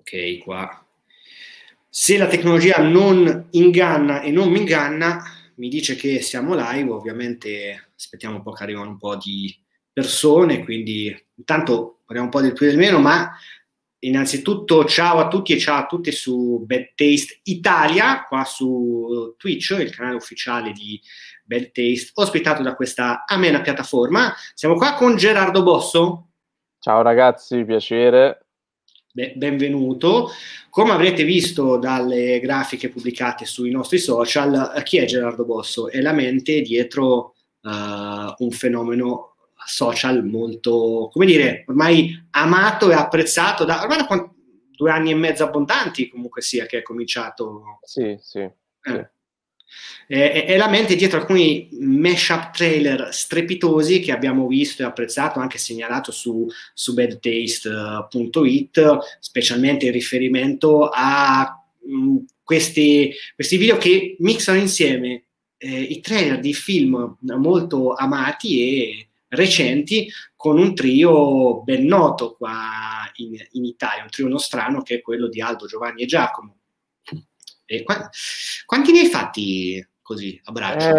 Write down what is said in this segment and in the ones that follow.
Ok, qua. Se la tecnologia non inganna e non mi inganna, mi dice che siamo live, ovviamente aspettiamo un po' che arrivano un po' di persone, quindi intanto parliamo un po' del più e del meno, ma innanzitutto ciao a tutti e ciao a tutte su Bad Taste Italia, qua su Twitch, il canale ufficiale di Bad Taste, ospitato da questa amena piattaforma. Siamo qua con Gerardo Bosso. Ciao ragazzi, piacere. Benvenuto. Come avrete visto dalle grafiche pubblicate sui nostri social, chi è Gerardo Bosso? È la mente dietro un fenomeno social molto, come dire, ormai amato e apprezzato da ormai da 2 anni e mezzo abbondanti, comunque sia, che è cominciato. Sì, sì, sì. Eh. È la mente dietro alcuni mashup trailer strepitosi che abbiamo visto e apprezzato, anche segnalato su badtaste.it, specialmente in riferimento a questi video che mixano insieme i trailer di film molto amati e recenti con un trio ben noto qua in Italia, un trio nostrano che è quello di Aldo, Giovanni e Giacomo. E quanti ne hai fatti così a braccio?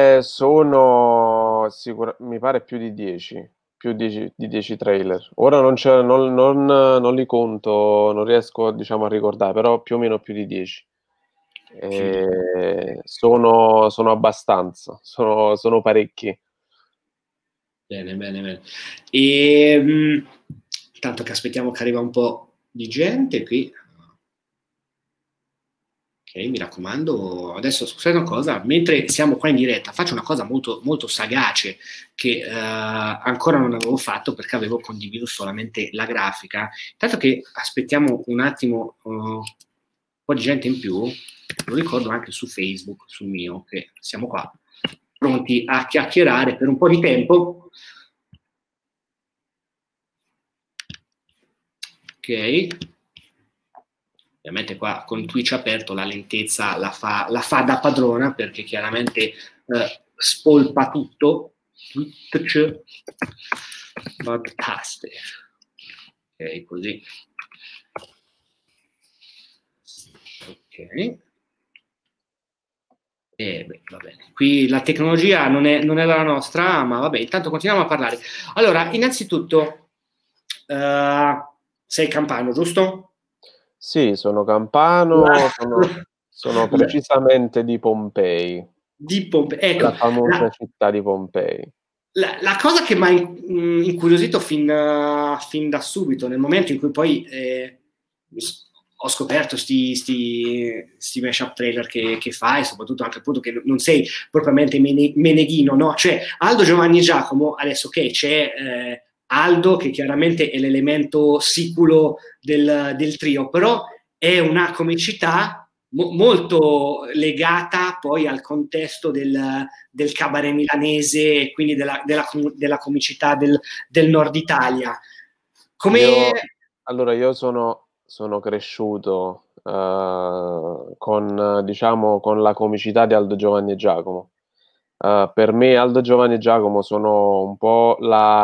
Sono mi pare più di 10 trailer. Ora non li conto, non riesco, diciamo, a ricordare, però più o meno più di 10. Più di... Sono abbastanza, sono parecchi. Bene, bene, bene. E tanto che aspettiamo che arriva un po' di gente qui. Ok, mi raccomando, adesso scusate una cosa, mentre siamo qua in diretta, faccio una cosa molto, molto sagace che ancora non avevo fatto perché avevo condiviso solamente la grafica. Tanto che aspettiamo un attimo un po' di gente in più, lo ricordo anche su Facebook, sul mio, che siamo qua pronti a chiacchierare per un po' di tempo. Ok. Ovviamente qua con Twitch aperto la lentezza la fa da padrona perché chiaramente spolpa tutto. Twitch, podcast. Ok, così. Ok. Va bene. Qui la tecnologia non è la nostra, ma vabbè, intanto continuiamo a parlare. Allora, innanzitutto, sei campano, giusto? Sì, sono campano, sono precisamente di Pompei, Di Pompe. Ecco, la famosa città di Pompei. la cosa che mi ha incuriosito fin da subito, nel momento in cui poi ho scoperto sti mashup trailer che fai, soprattutto anche appunto che non sei propriamente meneghino, no? Cioè Aldo, Giovanni e Giacomo, adesso ok, c'è Aldo che chiaramente è l'elemento siculo del trio, però è una comicità molto legata poi al contesto del cabaret milanese e quindi della comicità del nord Italia. Come... Io sono cresciuto con, diciamo, con la comicità di Aldo, Giovanni e Giacomo. Per me Aldo, Giovanni e Giacomo sono un po'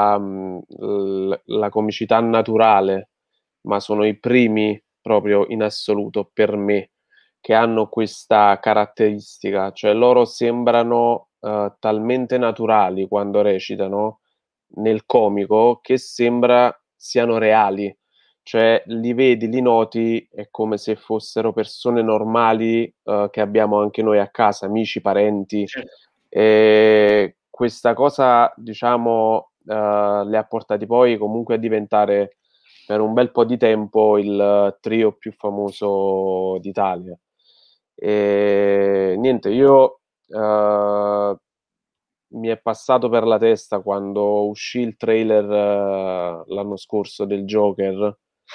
la comicità naturale, ma sono i primi proprio in assoluto per me che hanno questa caratteristica, cioè loro sembrano talmente naturali quando recitano nel comico che sembra siano reali, cioè li vedi, li noti, è come se fossero persone normali che abbiamo anche noi a casa, amici, parenti. Certo. E questa cosa, diciamo, li ha portati poi comunque a diventare per un bel po' di tempo il trio più famoso d'Italia. E niente, io mi è passato per la testa quando uscì il trailer l'anno scorso del Joker.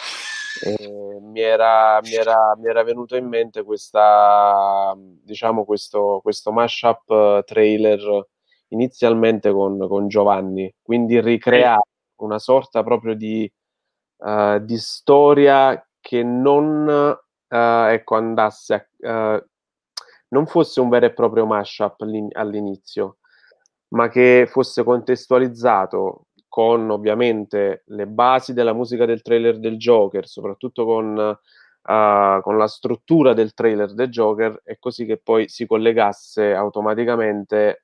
Mi era venuto in mente diciamo, questo mashup trailer inizialmente con Giovanni, quindi ricreare una sorta proprio di storia che non ecco, non fosse un vero e proprio mashup all'inizio, ma che fosse contestualizzato con ovviamente le basi della musica del trailer del Joker, soprattutto con la struttura del trailer del Joker, e così che poi si collegasse automaticamente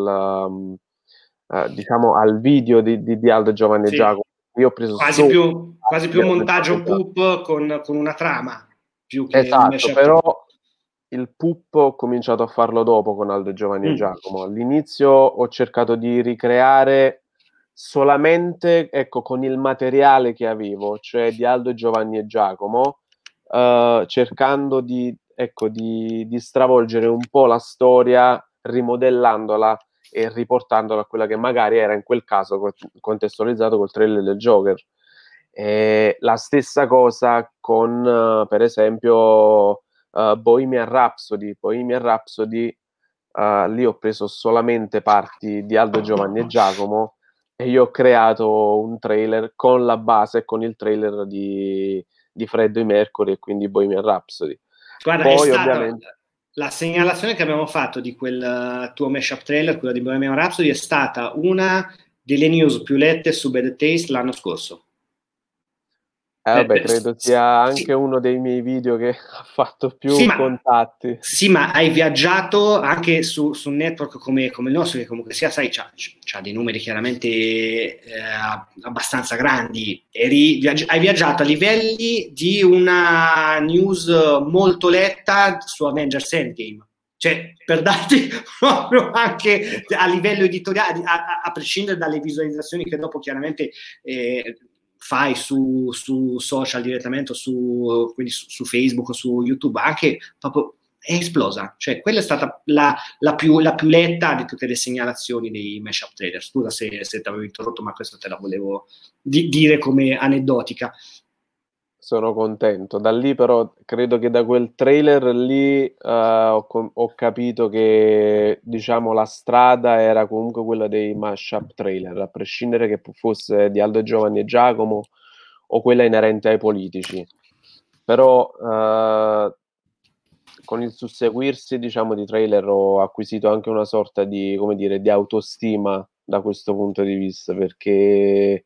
diciamo al video di Aldo, Giovanni e Sì. Giacomo. Io ho preso Quasi solo più un di Aldo, Giovanni montaggio e Giacomo. poop con una trama, più che un Esatto, mashup. però il puppo ho cominciato a farlo dopo con Aldo, Giovanni e Mm. Giacomo. All'inizio ho cercato di ricreare solamente, ecco, con il materiale che avevo, cioè di Aldo, Giovanni e Giacomo, cercando di stravolgere un po' la storia, rimodellandola e riportandola a quella che magari era in quel caso contestualizzato col trailer del Joker. La stessa cosa con, per esempio, Bohemian Rhapsody. Bohemian Rhapsody, lì ho preso solamente parti di Aldo, Giovanni e Giacomo, e io ho creato un trailer con la base, con il trailer di Freddie Mercury, e quindi Bohemian Rhapsody. Guarda, è Poi stata ovviamente la segnalazione che abbiamo fatto di quel tuo mashup trailer, quello di Bohemian Rhapsody, è stata una delle news più lette su Bad Taste l'anno scorso. vabbè, credo sia anche Sì, uno dei miei video che ha fatto sì, più contatti. sì, ma hai viaggiato anche su un network come il nostro, che comunque sia, sai, c'ha dei numeri chiaramente abbastanza grandi. Hai viaggiato a livelli di una news molto letta su Avengers Endgame. Cioè, per darti proprio anche a livello editoriale, a prescindere dalle visualizzazioni che dopo chiaramente fai su social direttamente, quindi su Facebook o su YouTube, anche proprio è esplosa. Cioè, quella è stata la più letta di tutte le segnalazioni dei mashup trader. Scusa se ti avevo interrotto, ma questo te la volevo dire come aneddotica. Sono contento. Da lì però credo che da quel trailer lì ho capito che, diciamo, la strada era comunque quella dei mashup trailer, a prescindere che fosse di Aldo, Giovanni e Giacomo o quella inerente ai politici. Però con il susseguirsi, diciamo, di trailer ho acquisito anche una sorta di, come dire, di autostima da questo punto di vista, perché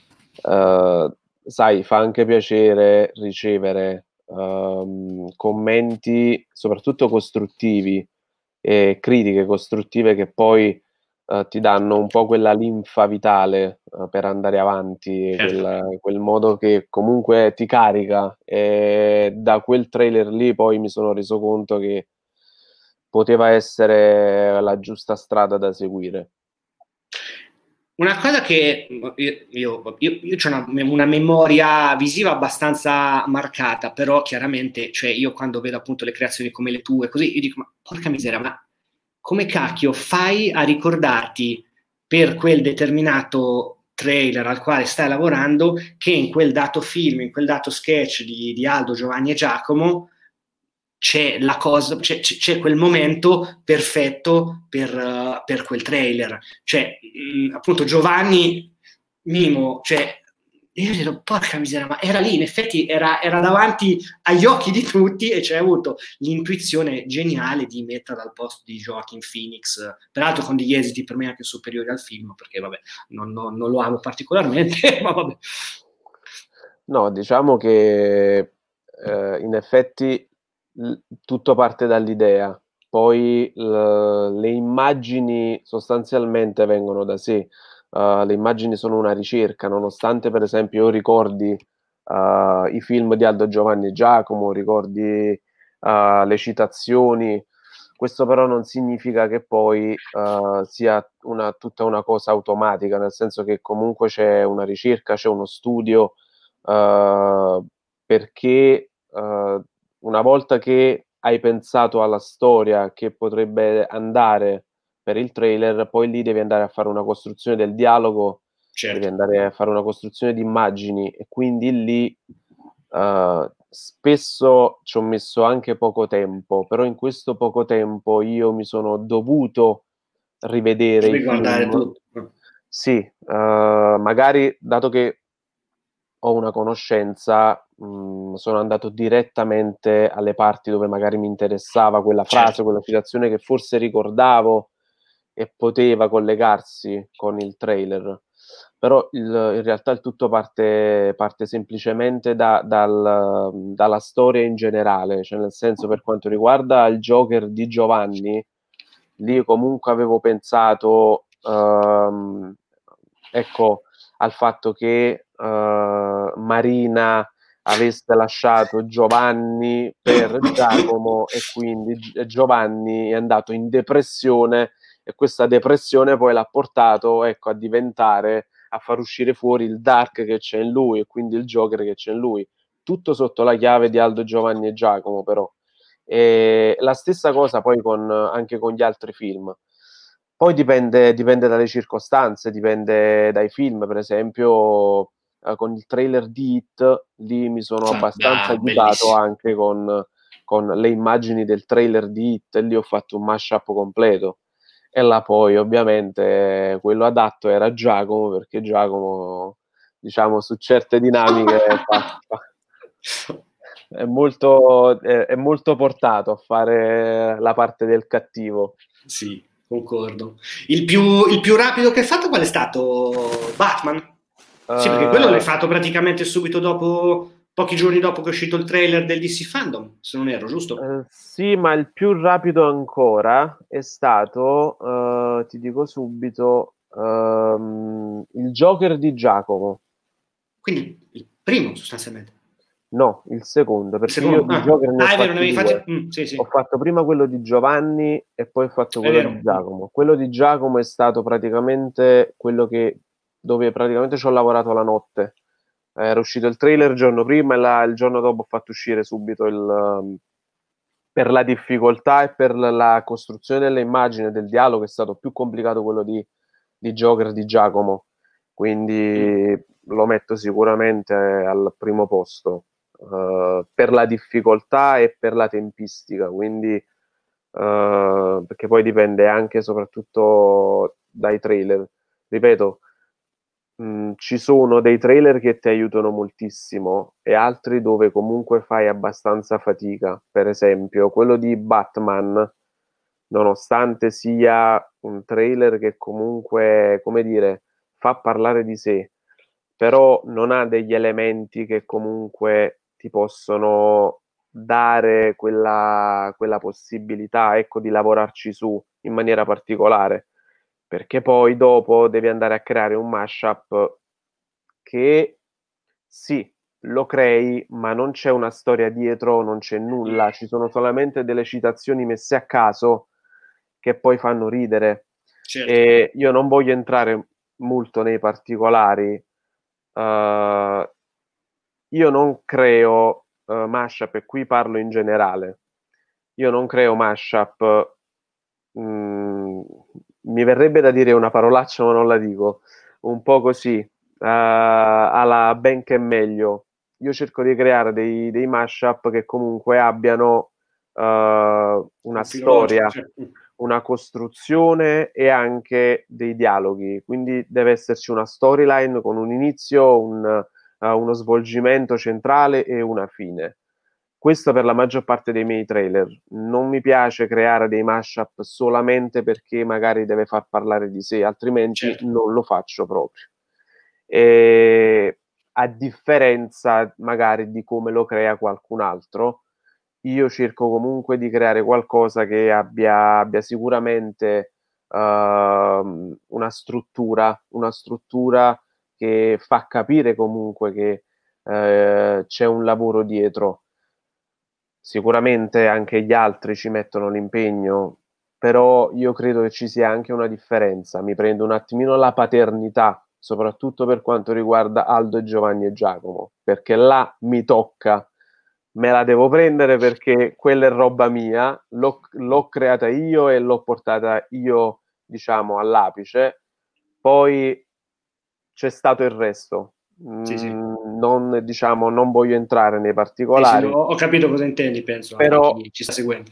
sai, fa anche piacere ricevere commenti, soprattutto costruttivi, e critiche costruttive che poi ti danno un po' quella linfa vitale per andare avanti, Certo. quel modo che comunque ti carica. E da quel trailer lì poi mi sono reso conto che poteva essere la giusta strada da seguire. Una cosa che io ho una memoria visiva abbastanza marcata, però chiaramente, cioè io quando vedo appunto le creazioni come le tue, così, io dico, ma porca miseria, ma come cacchio fai a ricordarti per quel determinato trailer al quale stai lavorando che in quel dato film, in quel dato sketch di Aldo, Giovanni e Giacomo c'è la cosa, c'è quel momento perfetto per quel trailer. Cioè, appunto, Giovanni Mimo, cioè, io dico, porca miseria, ma era lì, in effetti era davanti agli occhi di tutti e c'è avuto l'intuizione geniale di metterla al posto di Joaquin Phoenix, peraltro con degli esiti per me anche superiori al film, perché vabbè, non lo amo particolarmente, ma vabbè. No, diciamo che in effetti tutto parte dall'idea, poi le immagini sostanzialmente vengono da sé. Le immagini sono una ricerca, nonostante per esempio io ricordi i film di Aldo, Giovanni e Giacomo, ricordi le citazioni. Questo però non significa che poi sia tutta una cosa automatica, nel senso che comunque c'è una ricerca, c'è uno studio, perché una volta che hai pensato alla storia che potrebbe andare per il trailer, poi lì devi andare a fare una costruzione del dialogo, devi Certo. andare a fare una costruzione di immagini, e quindi lì spesso ci ho messo anche poco tempo, però in questo poco tempo io mi sono dovuto rivedere i Riguardare film. tutto. Sì, magari dato che ho una conoscenza, sono andato direttamente alle parti dove magari mi interessava quella frase, Certo. quella citazione che forse ricordavo e poteva collegarsi con il trailer. però in realtà il tutto parte semplicemente dalla storia in generale, cioè nel senso, per quanto riguarda il Joker di Giovanni, lì comunque avevo pensato, ecco, al fatto che Marina avesse lasciato Giovanni per Giacomo e quindi Giovanni è andato in depressione e questa depressione poi l'ha portato, ecco, a far uscire fuori il dark che c'è in lui e quindi il Joker che c'è in lui. Tutto sotto la chiave di Aldo, Giovanni e Giacomo, però. E la stessa cosa poi anche con gli altri film. Poi dipende dalle circostanze, dipende dai film, per esempio con il trailer di Hit, lì mi sono abbastanza aiutato Bellissimo. anche con le immagini del trailer di Hit e lì ho fatto un mashup completo. E là poi ovviamente quello adatto era Giacomo, perché Giacomo, diciamo, su certe dinamiche è molto portato a fare la parte del cattivo. Sì, concordo. Il più rapido che hai fatto qual è stato? Batman? Sì, perché quello l'hai Uh, fatto praticamente subito dopo, pochi giorni dopo che è uscito il trailer del DC Fandom, se non erro, giusto? sì, ma il più rapido ancora è stato, ti dico subito, il Joker di Giacomo. Quindi il primo sostanzialmente. No, il secondo, Il perché io secondo? di Joker ne ho È vero, ne fatti avevi fatti... due. sì, Ho sì, fatto prima quello di Giovanni e poi ho fatto è quello di vero. Giacomo. Quello di Giacomo è stato praticamente dove praticamente ci ho lavorato la notte. Era uscito il trailer il giorno prima e il giorno dopo ho fatto uscire subito per la difficoltà e per la costruzione delle immagini e del dialogo è stato più complicato quello di Joker di Giacomo. Mm. Quindi lo metto sicuramente al primo posto per la difficoltà e per la tempistica. Quindi, perché poi dipende anche e soprattutto dai trailer. Ripeto, ci sono dei trailer che ti aiutano moltissimo e altri dove comunque fai abbastanza fatica. Per esempio, quello di Batman, nonostante sia un trailer che comunque, come dire, fa parlare di sé, però non ha degli elementi che comunque ti possono dare quella possibilità, ecco, di lavorarci su in maniera particolare, perché poi dopo devi andare a creare un mashup che sì, lo crei, ma non c'è una storia dietro, non c'è nulla, ci sono solamente delle citazioni messe a caso che poi fanno ridere. Certo. E io non voglio entrare molto nei particolari. Io non creo mashup, e qui parlo in generale. Io non creo mashup. mh, Mi verrebbe da dire una parolaccia, ma non la dico. Un po' così, alla ben che meglio. Io cerco di creare dei mashup che comunque abbiano una Un filo logico, storia, certo. una costruzione e anche dei dialoghi. Quindi deve esserci una storyline con un inizio, uno svolgimento centrale e una fine. Questo per la maggior parte dei miei trailer. Non mi piace creare dei mashup solamente perché magari deve far parlare di sé, altrimenti Certo. non lo faccio proprio. E a differenza magari di come lo crea qualcun altro, io cerco comunque di creare qualcosa che abbia sicuramente una struttura che fa capire comunque che c'è un lavoro dietro. Sicuramente anche gli altri ci mettono l'impegno, però io credo che ci sia anche una differenza. Mi prendo un attimino la paternità, soprattutto per quanto riguarda Aldo e Giovanni e Giacomo, perché là mi tocca, me la devo prendere perché quella è roba mia, l'ho creata io e l'ho portata io, diciamo, all'apice. Poi c'è stato il resto. Sì, sì. Non, diciamo, non voglio entrare nei Sì, sì, no, particolari, ho capito cosa intendi, penso anche però chi ci sta seguendo.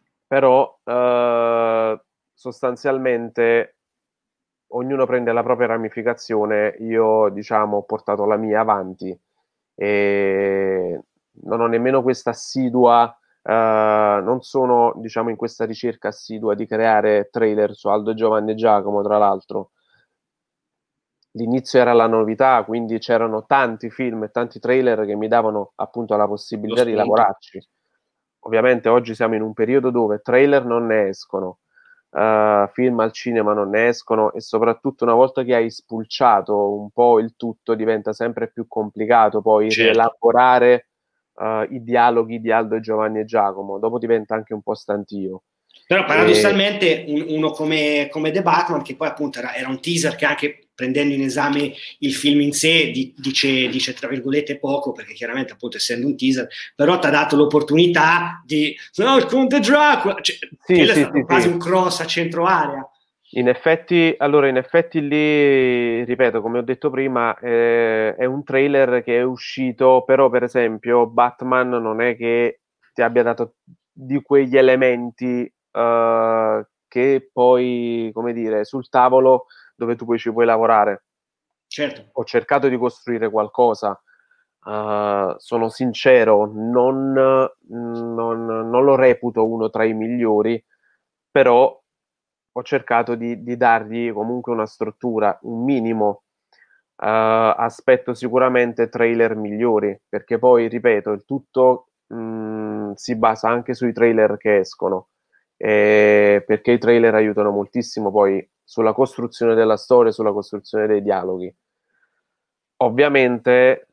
sostanzialmente ognuno prende la propria ramificazione, io diciamo ho portato la mia avanti e non ho nemmeno questa assidua, non sono diciamo in questa ricerca assidua di creare trailer su Aldo, Giovanni e Giacomo, tra l'altro. l'inizio era la novità, quindi c'erano tanti film e tanti trailer che mi davano appunto la possibilità di lavorarci. Ovviamente oggi siamo in un periodo dove trailer non ne escono, film al cinema non ne escono, e soprattutto una volta che hai spulciato un po' il tutto diventa sempre più complicato poi rielaborare i dialoghi di Aldo, Giovanni e Giacomo, dopo diventa anche un po' stantio. Però paradossalmente uno come The Batman, che poi appunto era un teaser che, anche prendendo in esame il film in sé, dice tra virgolette poco, perché chiaramente appunto essendo un teaser, però ti ha dato l'opportunità di il Conte Dracula, cioè, è stato quasi un cross a centro area. In effetti lì, ripeto, come ho detto prima, è un trailer che è uscito, però per esempio Batman non è che ti abbia dato di quegli elementi che poi, come dire, sul tavolo dove tu poi ci puoi lavorare. Certo. Ho cercato di costruire qualcosa, sono sincero, non lo reputo uno tra i migliori, però ho cercato di dargli comunque una struttura, un minimo. Aspetto sicuramente trailer migliori, perché poi, ripeto, il tutto si basa anche sui trailer che escono, perché i trailer aiutano moltissimo poi sulla costruzione della storia, sulla costruzione dei dialoghi. Ovviamente,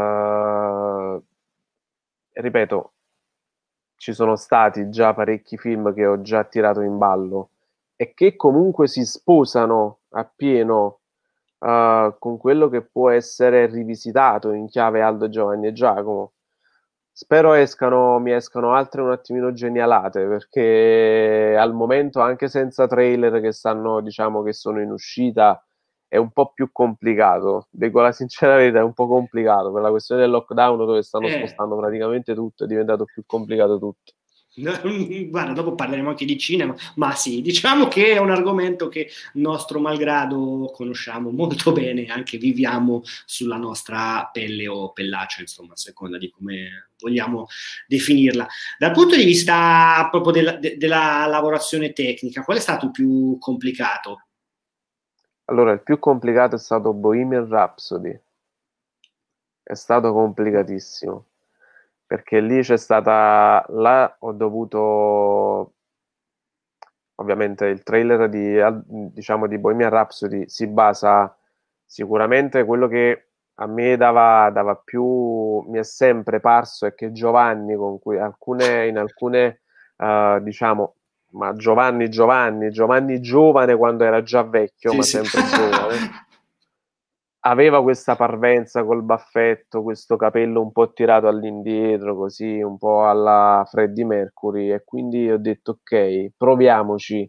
ripeto, ci sono stati già parecchi film che ho già tirato in ballo e che comunque si sposano appieno con quello che può essere rivisitato in chiave Aldo, Giovanni e Giacomo. Spero mi escano altre un attimino genialate, perché al momento, anche senza trailer che stanno, diciamo, che sono in uscita, è un po' più complicato. Dico la sincera verità, è un po' complicato per la questione del lockdown, dove stanno spostando praticamente tutto, è diventato più complicato tutto. Guarda, dopo parleremo anche di cinema, ma sì, diciamo che è un argomento che, nostro malgrado, conosciamo molto bene, anche viviamo sulla nostra pelle o pellaccia, insomma, a seconda di come vogliamo definirla. Dal punto di vista proprio della lavorazione tecnica, qual è stato il più complicato? Allora, il più complicato è stato Bohemian Rhapsody. È stato complicatissimo, perché lì c'è stata, là ho dovuto, ovviamente il trailer diciamo, di Bohemian Rhapsody si basa sicuramente, quello che a me dava più, mi è sempre parso, è che Giovanni, con cui in alcune diciamo, ma Giovanni giovane quando era già vecchio, Sì, ma sì. sempre giovane, aveva questa parvenza col baffetto, questo capello un po' tirato all'indietro, così un po' alla Freddie Mercury, e quindi ho detto ok, proviamoci.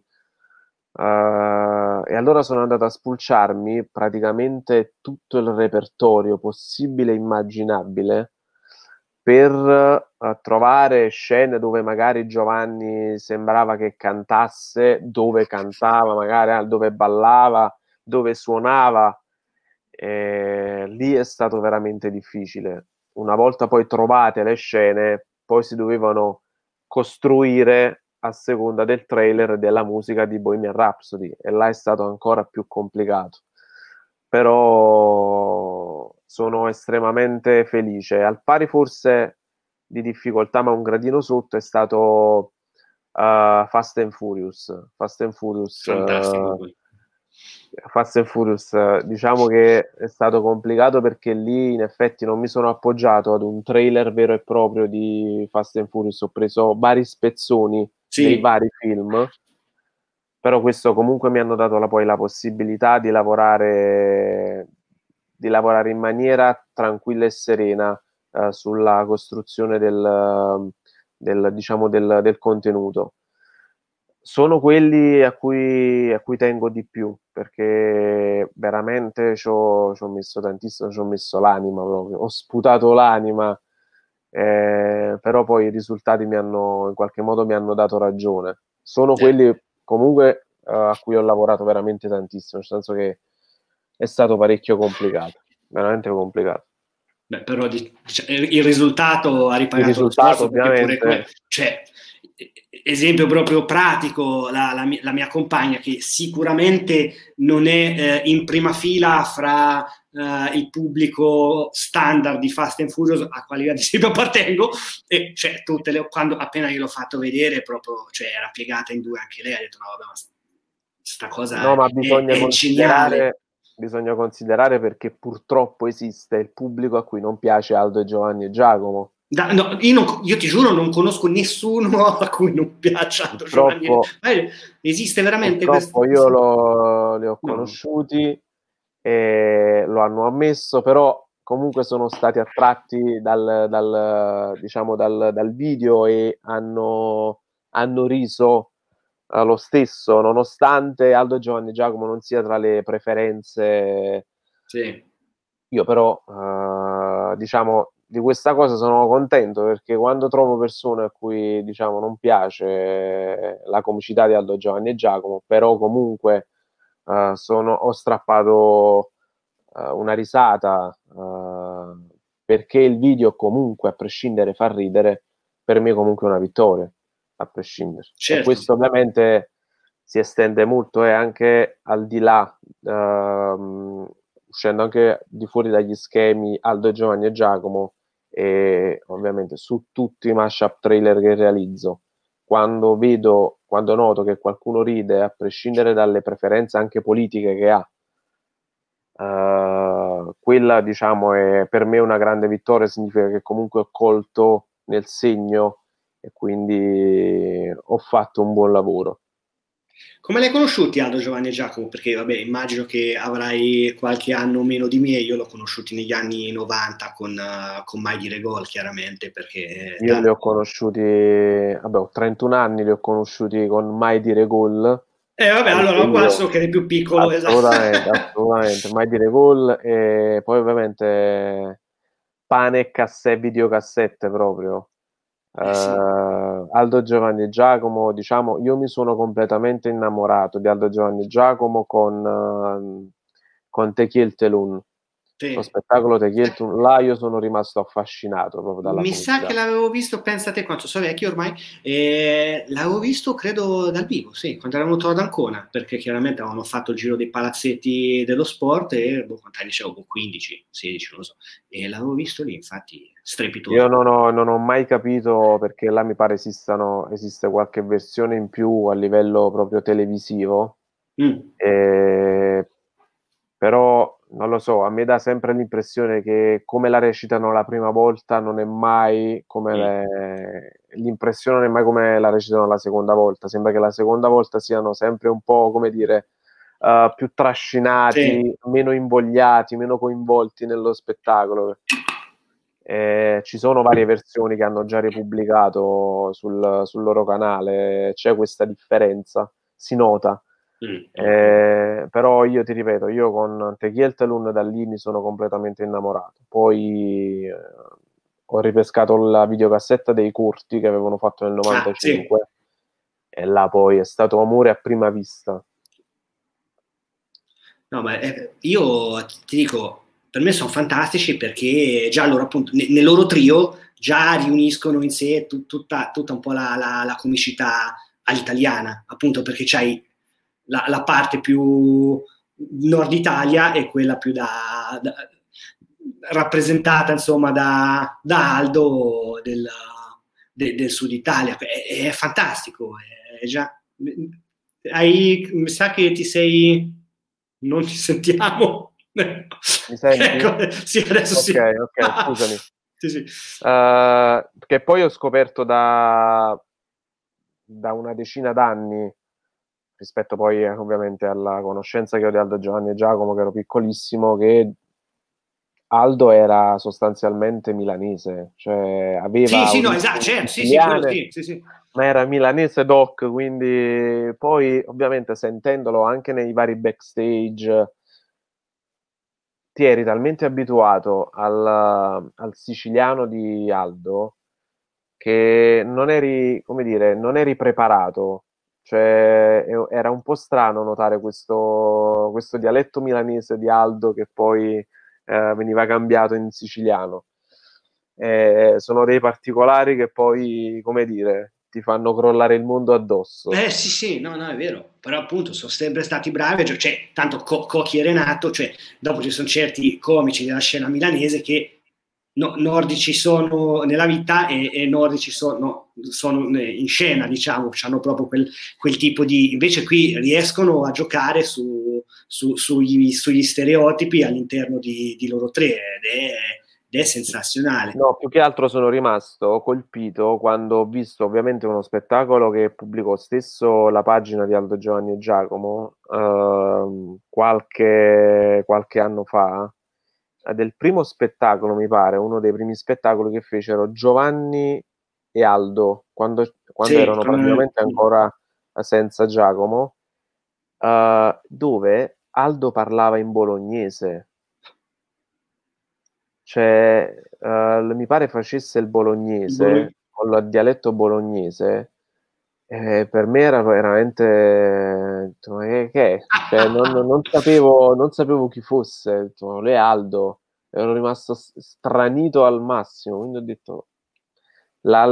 E allora sono andato a spulciarmi praticamente tutto il repertorio possibile e immaginabile per trovare scene dove magari Giovanni sembrava che cantasse, dove cantava, magari dove ballava, dove suonava. Lì è stato veramente difficile. Una volta poi trovate le scene, poi si dovevano costruire a seconda del trailer e della musica di Bohemian Rhapsody, e là è stato ancora più complicato. Però sono estremamente felice. Al pari forse di difficoltà, ma un gradino sotto, è stato Fast and Furious. Fantastico. Fast and Furious, diciamo che è stato complicato perché lì in effetti non mi sono appoggiato ad un trailer vero e proprio di Fast and Furious, ho preso vari spezzoni dei vari film, però questo comunque mi hanno dato poi la possibilità di lavorare in maniera tranquilla e serena sulla costruzione diciamo del contenuto. Sono quelli a cui tengo di più, perché veramente ci ho messo tantissimo, ci ho messo l'anima proprio, ho sputato l'anima, però poi i risultati in qualche modo mi hanno dato ragione. Sono quelli comunque a cui ho lavorato veramente tantissimo, nel senso che è stato parecchio complicato, veramente complicato. Beh, però il risultato ha ripagato lo sforzo, ovviamente. Pure Cioè, esempio proprio pratico, la mia compagna, che sicuramente non è in prima fila fra il pubblico standard di Fast and Furious, a quali ad esempio appartengo, e cioè, quando appena io l'ho fatto vedere, proprio, cioè, era piegata in due anche lei, ha detto no, vabbè, ma sta No, cosa ma è geniale. bisogna considerare perché purtroppo esiste il pubblico a cui non piace Aldo e Giovanni e Giacomo. No, io ti giuro, non conosco nessuno a cui non piaccia Aldo Giovanni. Purtroppo, Ma esiste veramente questo? purtroppo li ho No. conosciuti e lo hanno ammesso, però comunque sono stati attratti diciamo, dal video e hanno riso lo stesso, nonostante Aldo Giovanni Giacomo non sia tra le preferenze. Sì. Io però, diciamo, di questa cosa sono contento perché quando trovo persone a cui, diciamo, non piace la comicità di Aldo Giovanni e Giacomo, però comunque ho strappato una risata perché il video comunque, a prescindere, fa ridere, per me comunque è una vittoria, a prescindere. E Certo. questo ovviamente si estende molto e anche al di là, uscendo anche di fuori dagli schemi Aldo, Giovanni e Giacomo, e ovviamente su tutti i mashup trailer che realizzo, quando noto che qualcuno ride, a prescindere dalle preferenze anche politiche che ha, quella diciamo è per me una grande vittoria, significa che comunque ho colto nel segno e quindi ho fatto un buon lavoro. Come l'hai conosciuti Aldo, Giovanni e Giacomo? Perché vabbè, immagino che avrai qualche anno meno di me, io l'ho conosciuti negli anni 90 con Mai Dire Gol, chiaramente, perché Io li ho conosciuti, vabbè, ho 31 anni, li ho conosciuti con Mai Dire Gol, vabbè, perché allora qua io so che eri più piccolo, esatto. assolutamente, Mai Dire Gol e poi ovviamente pane e videocassette proprio. Sì. Aldo Giovanni e Giacomo, diciamo, io mi sono completamente innamorato di Aldo Giovanni e Giacomo con Techiel Telun, lo Sì. spettacolo Techiel Telun, là io sono rimasto affascinato proprio dalla Mi sa che comicità. l'avevo visto, pensate quanto sono vecchio ormai, l'avevo visto credo dal vivo, sì, quando eravamo venuto ad Ancona, perché chiaramente avevamo fatto il giro dei palazzetti dello sport e quanti anni c'avevo, 15, 16, non lo so, e l'avevo visto lì, infatti, Io strepitoso. non ho mai capito perché là mi pare esiste qualche versione in più a livello proprio televisivo, Mm, eh, però non lo so, a me dà sempre l'impressione che come la recitano la prima volta non è mai come mm. l'impressione non è mai come la recitano la seconda volta, sembra che la seconda volta siano sempre un po', come dire, più Sì, trascinati, meno invogliati, meno coinvolti nello spettacolo. Ci sono varie versioni che hanno già ripubblicato sul loro canale, c'è questa differenza, si nota. mm, mm, mm. Però io ti ripeto, io con Techieltelun da lì mi sono completamente innamorato. Poi ho ripescato la videocassetta dei Curti che avevano fatto nel Ah, sì. 95 e là poi è stato amore a prima vista. No, ma io ti dico, per me sono fantastici perché già loro appunto, nel loro trio già riuniscono in sé tutta un po' la comicità all'italiana, appunto perché c'hai la parte più nord Italia e quella più rappresentata insomma da Aldo del sud Italia. È fantastico, è già... mi sa che ti sei non ci sentiamo. Mi senti? Ecco, sì, adesso Ok, sì. ok, scusami. Sì, sì. Che poi ho scoperto da una decina d'anni, rispetto poi ovviamente alla conoscenza che ho di Aldo Giovanni e Giacomo, che ero piccolissimo, che Aldo era sostanzialmente milanese, cioè Sì, aveva sì, no, esatto, origini certo, sì, sì, quello siciliane, sì, sì, sì. ma era milanese doc, quindi poi ovviamente sentendolo anche nei vari backstage ti eri talmente abituato al siciliano di Aldo che non eri, come dire, non eri preparato. Cioè, era un po' strano notare questo dialetto milanese di Aldo che poi veniva cambiato in siciliano. Sono dei particolari che poi, come dire, ti fanno crollare il mondo addosso. Sì, sì, no, è vero, però appunto sono sempre stati bravi, cioè tanto Cocchi e Renato, cioè dopo ci sono certi comici della scena milanese che nordici sono nella vita e nordici sono in scena, diciamo, hanno proprio quel tipo di... Invece qui riescono a giocare sugli stereotipi all'interno di loro tre ed è sensazionale. No, più che altro sono rimasto colpito quando ho visto ovviamente uno spettacolo che pubblicò stesso la pagina di Aldo Giovanni e Giacomo qualche anno fa, del primo spettacolo, mi pare, uno dei primi spettacoli che fecero Giovanni e Aldo, quando Sì, erano praticamente ancora senza Giacomo, dove Aldo parlava in bolognese. Cioè, mi pare facesse il bolognese, con il dialetto bolognese, per me era veramente... che è? Cioè, non sapevo chi fosse, detto, lui è Aldo, ero rimasto stranito al massimo, quindi ho detto, la-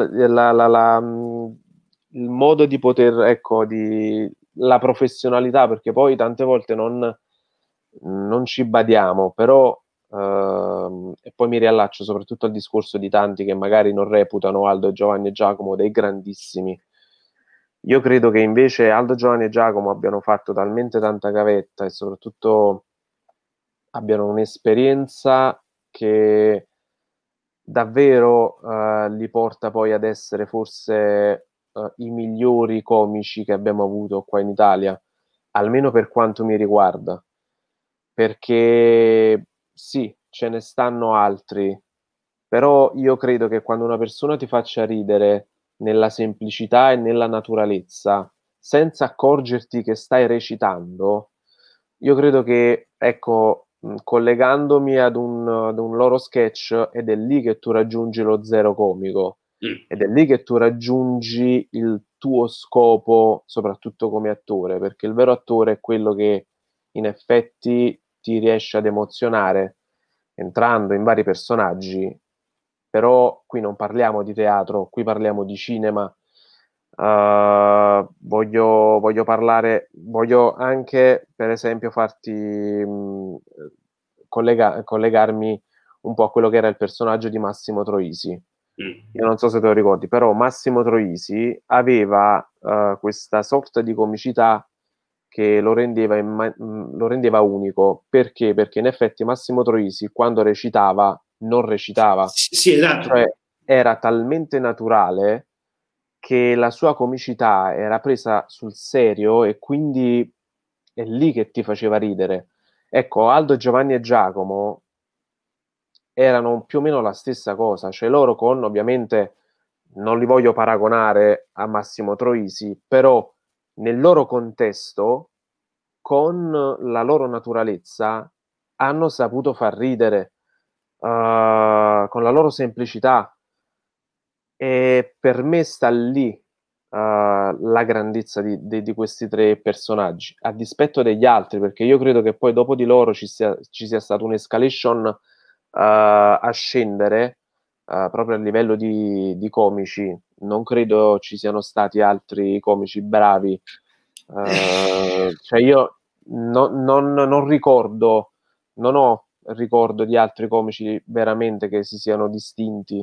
il modo di poter, ecco, la professionalità, perché poi tante volte non ci badiamo, però e poi mi riallaccio soprattutto al discorso di tanti che magari non reputano Aldo, Giovanni e Giacomo dei grandissimi. Io credo che invece Aldo, Giovanni e Giacomo abbiano fatto talmente tanta gavetta e soprattutto abbiano un'esperienza che davvero li porta poi ad essere forse i migliori comici che abbiamo avuto qua in Italia, almeno per quanto mi riguarda, perché sì, ce ne stanno altri, però io credo che quando una persona ti faccia ridere nella semplicità e nella naturalezza, senza accorgerti che stai recitando, io credo che, ecco, collegandomi ad un loro sketch, ed è lì che tu raggiungi lo zero comico, ed è lì che tu raggiungi il tuo scopo, soprattutto come attore, perché il vero attore è quello che in effetti ti riesce ad emozionare entrando in vari personaggi, però qui non parliamo di teatro, qui parliamo di cinema. Voglio parlare, voglio anche per esempio farti collegarmi un po' a quello che era il personaggio di Massimo Troisi. Io non so se te lo ricordi, però Massimo Troisi aveva questa sorta di comicità che lo rendeva unico. Perché? Perché in effetti Massimo Troisi quando recitava non recitava, sì, esatto. cioè era talmente naturale che la sua comicità era presa sul serio e quindi è lì che ti faceva ridere. Ecco, Aldo, Giovanni e Giacomo erano più o meno la stessa cosa, cioè loro con, ovviamente, non li voglio paragonare a Massimo Troisi, però nel loro contesto, con la loro naturalezza, hanno saputo far ridere, con la loro semplicità. E per me sta lì la grandezza di questi tre personaggi, a dispetto degli altri, perché io credo che poi dopo di loro ci sia stata un'escalation a scendere proprio a livello di comici. Non credo ci siano stati altri comici bravi. Cioè io non ricordo, non ho ricordo di altri comici veramente che si siano distinti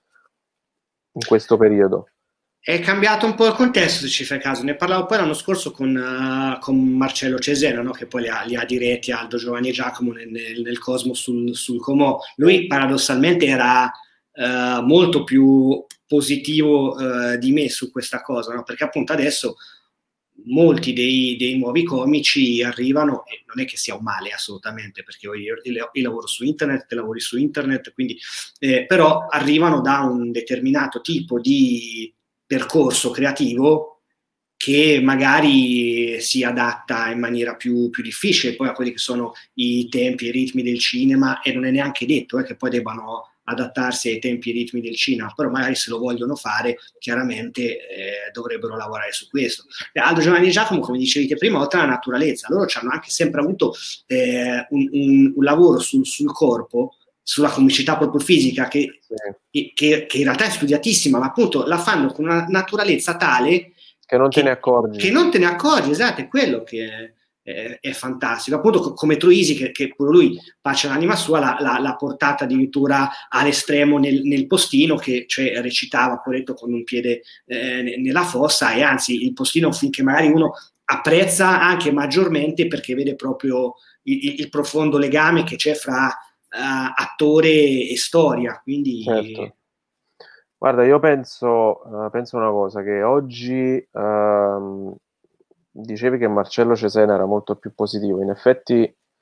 in questo periodo. È cambiato un po' il contesto, se ci fai caso. Ne parlavo poi l'anno scorso con Marcello Cesena, no? Che poi li ha diretti Aldo, Giovanni e Giacomo nel Cosmo sul Comò. Lui paradossalmente era molto più positivo di me su questa cosa, no? Perché appunto adesso molti dei nuovi comici arrivano, e non è che sia un male assolutamente, perché io lavoro su internet, te lavori su internet, quindi, però arrivano da un determinato tipo di percorso creativo che magari si adatta in maniera più difficile poi a quelli che sono i tempi e i ritmi del cinema, e non è neanche detto che poi debbano adattarsi ai tempi e ai ritmi del cinema, però magari se lo vogliono fare chiaramente dovrebbero lavorare su questo. Aldo, Giovanni e Giacomo, come dicevi te prima, oltre alla naturalezza, loro hanno anche sempre avuto un lavoro sul corpo sulla comicità proprio fisica, Sì. che in realtà è studiatissima, ma appunto la fanno con una naturalezza tale Che non te ne accorgi. che non te ne accorgi, esatto, è quello che è fantastico. Appunto come Troisi, che pure lui, pace all'anima sua, l'ha portata addirittura all'estremo nel postino, che cioè recitava poveretto con un piede nella fossa, e anzi il postino finché magari uno apprezza anche maggiormente perché vede proprio il profondo legame che c'è fra attore e storia, quindi Certo. Guarda, io penso una cosa, che oggi dicevi che Marcello Cesena era molto più positivo. In effetti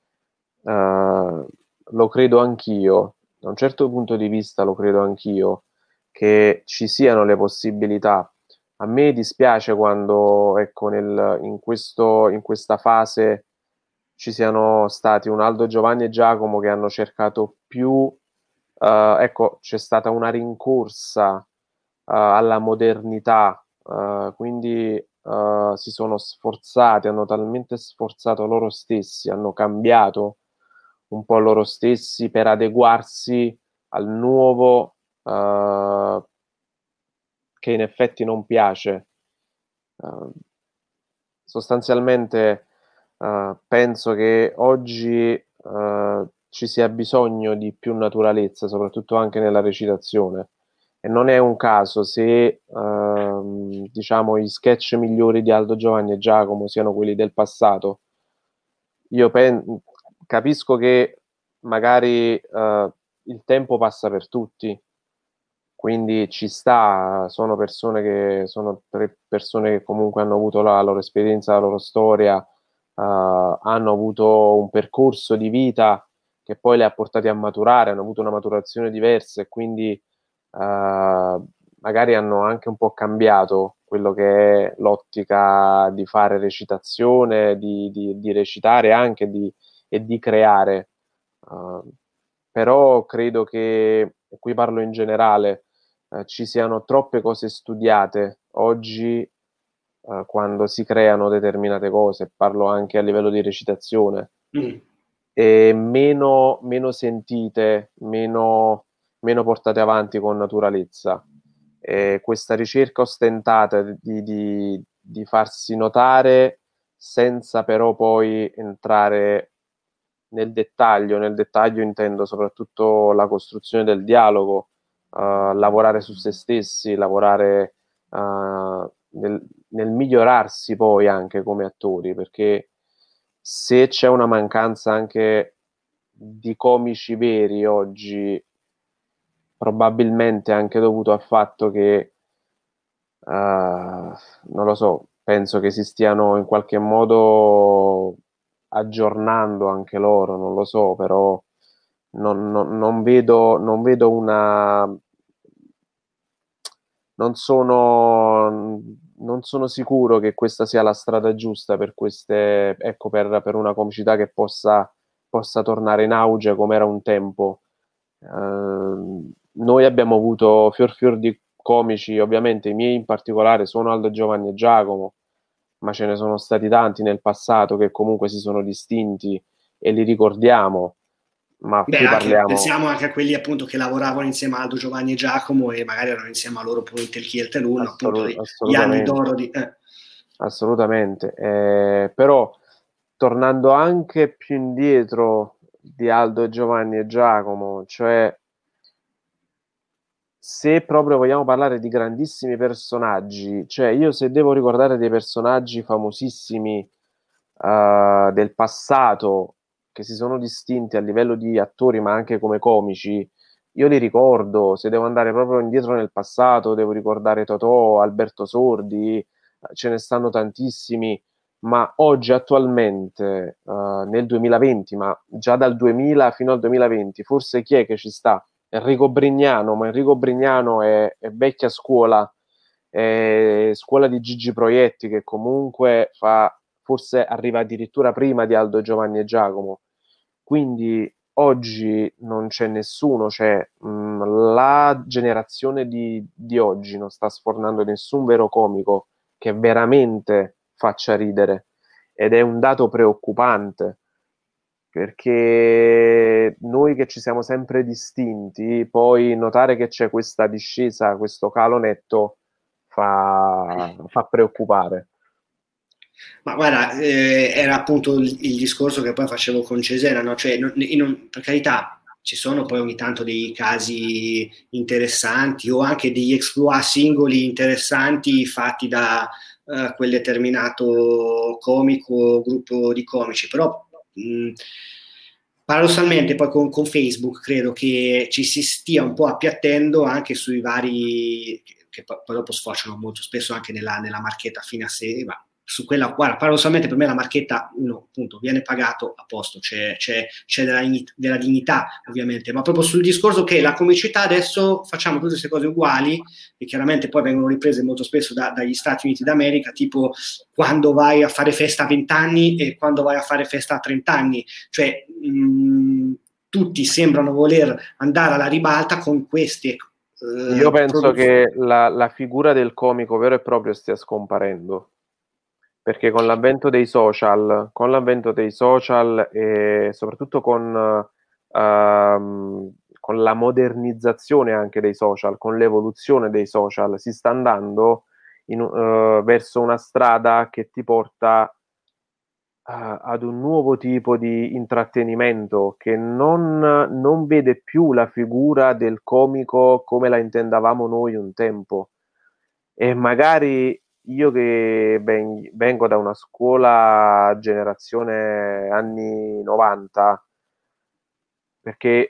lo credo anch'io, da un certo punto di vista lo credo anch'io, che ci siano le possibilità. A me dispiace quando, ecco, in questa fase ci siano stati un Aldo, Giovanni e Giacomo che hanno cercato più, ecco, c'è stata una rincorsa alla modernità, quindi si sono sforzati, hanno talmente sforzato loro stessi, hanno cambiato un po' loro stessi per adeguarsi al nuovo, che in effetti non piace. Uh, Sostanzialmente penso che oggi ci sia bisogno di più naturalezza, soprattutto anche nella recitazione. E non è un caso se diciamo gli sketch migliori di Aldo, Giovanni e Giacomo siano quelli del passato. Io capisco che magari il tempo passa per tutti, quindi ci sta, sono tre persone che comunque hanno avuto la loro esperienza, la loro storia, hanno avuto un percorso di vita che poi le ha portati a maturare, hanno avuto una maturazione diversa e quindi magari hanno anche un po' cambiato quello che è l'ottica di fare recitazione, di recitare anche e di creare. Uh, Però credo che, e qui parlo in generale, ci siano troppe cose studiate oggi quando si creano determinate cose, parlo anche a livello di recitazione, e meno sentite, meno portate avanti con naturalezza. E questa ricerca ostentata di farsi notare senza però poi entrare nel dettaglio intendo soprattutto la costruzione del dialogo, lavorare su se stessi, lavorare nel migliorarsi poi anche come attori, perché se c'è una mancanza anche di comici veri oggi, probabilmente anche dovuto al fatto che non lo so, penso che si stiano in qualche modo aggiornando anche loro, non lo so, però non vedo una... Non sono sicuro che questa sia la strada giusta per queste, ecco, per una comicità che possa tornare in auge come era un tempo. Noi abbiamo avuto fior di comici, ovviamente i miei in particolare sono Aldo, Giovanni e Giacomo, ma ce ne sono stati tanti nel passato che comunque si sono distinti e li ricordiamo, ma Beh, qui parliamo pensiamo anche a quelli appunto che lavoravano insieme a Aldo, Giovanni e Giacomo e magari erano insieme a loro pure il Telchi e il Telun, appunto gli anni assolutamente, d'oro di... assolutamente. Però tornando anche più indietro di Aldo, Giovanni e Giacomo, cioè se proprio vogliamo parlare di grandissimi personaggi, cioè io se devo ricordare dei personaggi famosissimi del passato che si sono distinti a livello di attori ma anche come comici, io li ricordo, se devo andare proprio indietro nel passato, devo ricordare Totò, Alberto Sordi, ce ne stanno tantissimi, ma oggi attualmente, nel 2020, ma già dal 2000 fino al 2020, forse chi è che ci sta? Enrico Brignano, ma Enrico Brignano è vecchia scuola, è scuola di Gigi Proietti che comunque forse arriva addirittura prima di Aldo, Giovanni e Giacomo. Quindi oggi non c'è nessuno, cioè la generazione di oggi non sta sfornando nessun vero comico che veramente faccia ridere ed è un dato preoccupante. perché noi che ci siamo sempre distinti, poi notare che c'è questa discesa, questo calo netto fa preoccupare. Ma guarda, era appunto il discorso che poi facevo con Cesena, no? Cioè, per carità, ci sono poi ogni tanto dei casi interessanti o anche degli exploit singoli interessanti fatti da quel determinato comico o gruppo di comici, però paradossalmente poi con Facebook credo che ci si stia un po' appiattendo anche sui vari, che poi dopo sfociano molto spesso anche nella marchetta fine a sé, ma su quella, guarda, paradossalmente per me la marchetta, uno, appunto, viene pagato a posto, c'è della dignità ovviamente, ma proprio sul discorso che la comicità adesso facciamo tutte queste cose uguali, che chiaramente poi vengono riprese molto spesso dagli Stati Uniti d'America, tipo quando vai a fare festa a 20 anni e quando vai a fare festa a 30 anni, cioè tutti sembrano voler andare alla ribalta con queste Io penso produzioni. che la figura del comico vero e proprio stia scomparendo, perché con l'avvento dei social e soprattutto con la modernizzazione anche dei social, con l'evoluzione dei social, si sta andando verso una strada che ti porta ad un nuovo tipo di intrattenimento che non vede più la figura del comico come la intendavamo noi un tempo. E magari io che vengo da una scuola generazione anni 90, perché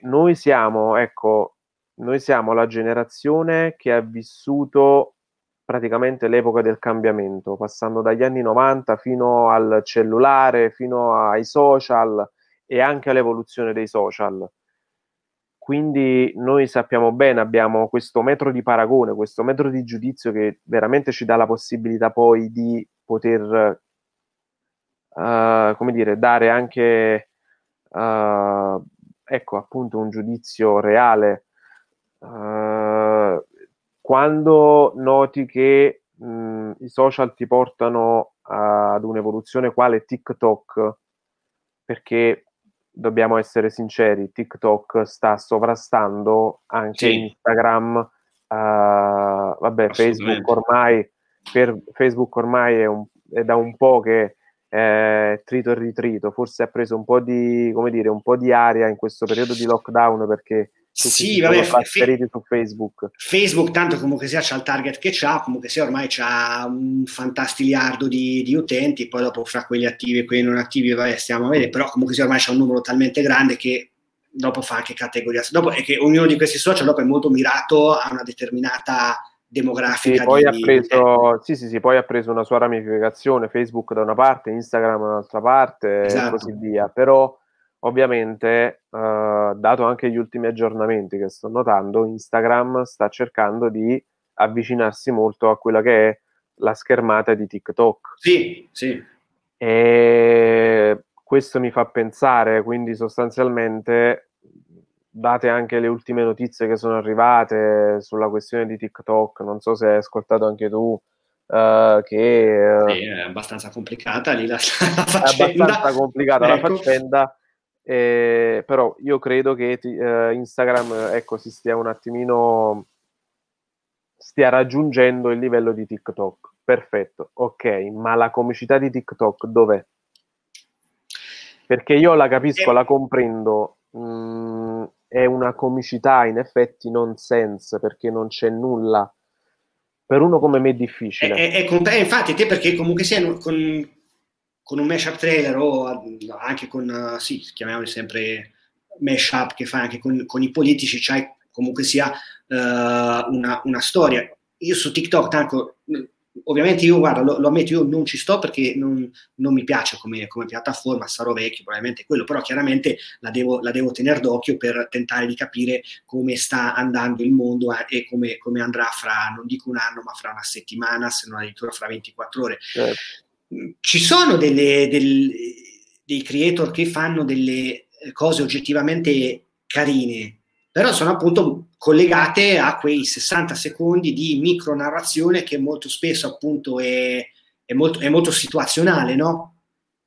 noi siamo la generazione che ha vissuto praticamente l'epoca del cambiamento, passando dagli anni 90 fino al cellulare, fino ai social e anche all'evoluzione dei social. Quindi noi sappiamo bene, abbiamo questo metro di paragone, questo metro di giudizio che veramente ci dà la possibilità poi di poter, come dire, dare anche, ecco, appunto un giudizio reale. Quando noti che i social ti portano ad un'evoluzione quale TikTok, perché dobbiamo essere sinceri, TikTok sta sovrastando anche Sì, Instagram, vabbè, assolutamente. Facebook ormai è da un po' che trito e ritrito, forse ha preso un po' di, come dire, un po' di aria in questo periodo di lockdown perché tutti si Sì, vabbè, sono trasferiti su Facebook. Facebook tanto comunque sia c'ha il target che c'ha, comunque sia ormai c'ha un fantastiliardo di utenti, poi dopo fra quelli attivi e quelli non attivi, vabbè, stiamo a vedere, però comunque sia ormai c'ha un numero talmente grande che dopo fa anche categoria. Dopo è che ognuno di questi social dopo è molto mirato a una determinata Sì, demografica poi ha di utenti. preso, sì, poi ha preso una sua ramificazione, Facebook da una parte, Instagram da un'altra parte e Esatto. così via. Però, ovviamente, dato anche gli ultimi aggiornamenti che sto notando, Instagram sta cercando di avvicinarsi molto a quella che è la schermata di TikTok. Sì, sì. E questo mi fa pensare, quindi sostanzialmente, date anche le ultime notizie che sono arrivate sulla questione di TikTok, non so se hai ascoltato anche tu, che Sì, è abbastanza complicata lì la, la è faccenda. abbastanza complicata la Ecco. faccenda, però io credo che Instagram, ecco, si stia un attimino, stia raggiungendo il livello di TikTok. Perfetto, ok, ma la comicità di TikTok dov'è? Perché io la capisco, la E- comprendo, è una comicità in effetti non sense, perché non c'è nulla. Per uno come me è difficile. infatti te perché comunque sia con un mashup trailer o anche con, sì, chiamiamoli sempre mashup che fai anche con i politici, c'hai comunque sia una storia. Io su TikTok, tanto, ovviamente io guarda, lo ammetto, io non ci sto perché non mi piace come piattaforma, sarò vecchio, probabilmente quello, però chiaramente la devo tenere d'occhio per tentare di capire come sta andando il mondo e come andrà fra, non dico un anno, ma fra una settimana, se non addirittura fra 24 ore. Eh, Ci sono dei creator che fanno delle cose oggettivamente carine, però sono appunto collegate a quei 60 secondi di micronarrazione che molto spesso appunto è molto situazionale, no?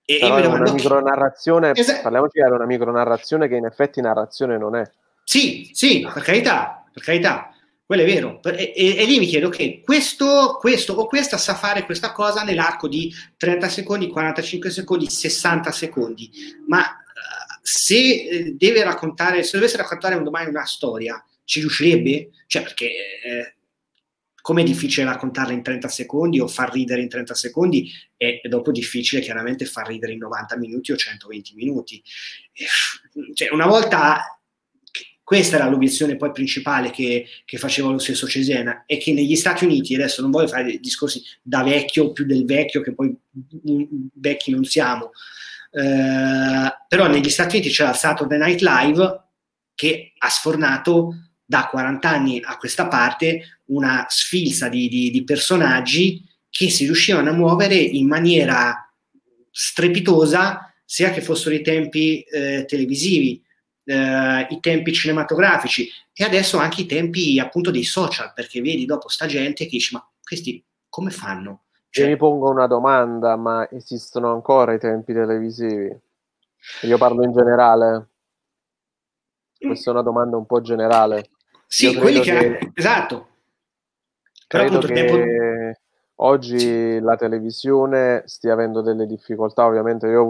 E io Però mi è una domando, micronarrazione, parliamoci, era una micronarrazione che in effetti narrazione non è. sì, sì, per carità, quello è vero. E lì mi chiedo, ok, questo o questa sa fare questa cosa nell'arco di 30 secondi, 45 secondi, 60 secondi, ma se deve raccontare, se dovesse raccontare un domani una storia, ci riuscirebbe? Cioè, perché com'è difficile raccontarla in 30 secondi o far ridere in 30 secondi e dopo difficile chiaramente far ridere in 90 minuti o 120 minuti. Cioè, una volta, questa era l'obiezione poi principale che faceva lo stesso Cesena, è che negli Stati Uniti, adesso non voglio fare dei discorsi da vecchio, più del vecchio, che poi vecchi non siamo, però negli Stati Uniti c'era il Saturday Night Live che ha sfornato da 40 anni a questa parte una sfilza di personaggi che si riuscivano a muovere in maniera strepitosa, sia che fossero i tempi televisivi, i tempi cinematografici e adesso anche i tempi appunto dei social, perché vedi dopo sta gente che dice ma questi come fanno? Io mi Cioè, pongo una domanda, ma esistono ancora i tempi televisivi? Io parlo in generale. Questa è una domanda un po' generale. Io sì, quelli credo che... che, Esatto, però credo appunto il tempo... che Sì. oggi la televisione stia avendo delle difficoltà. Ovviamente io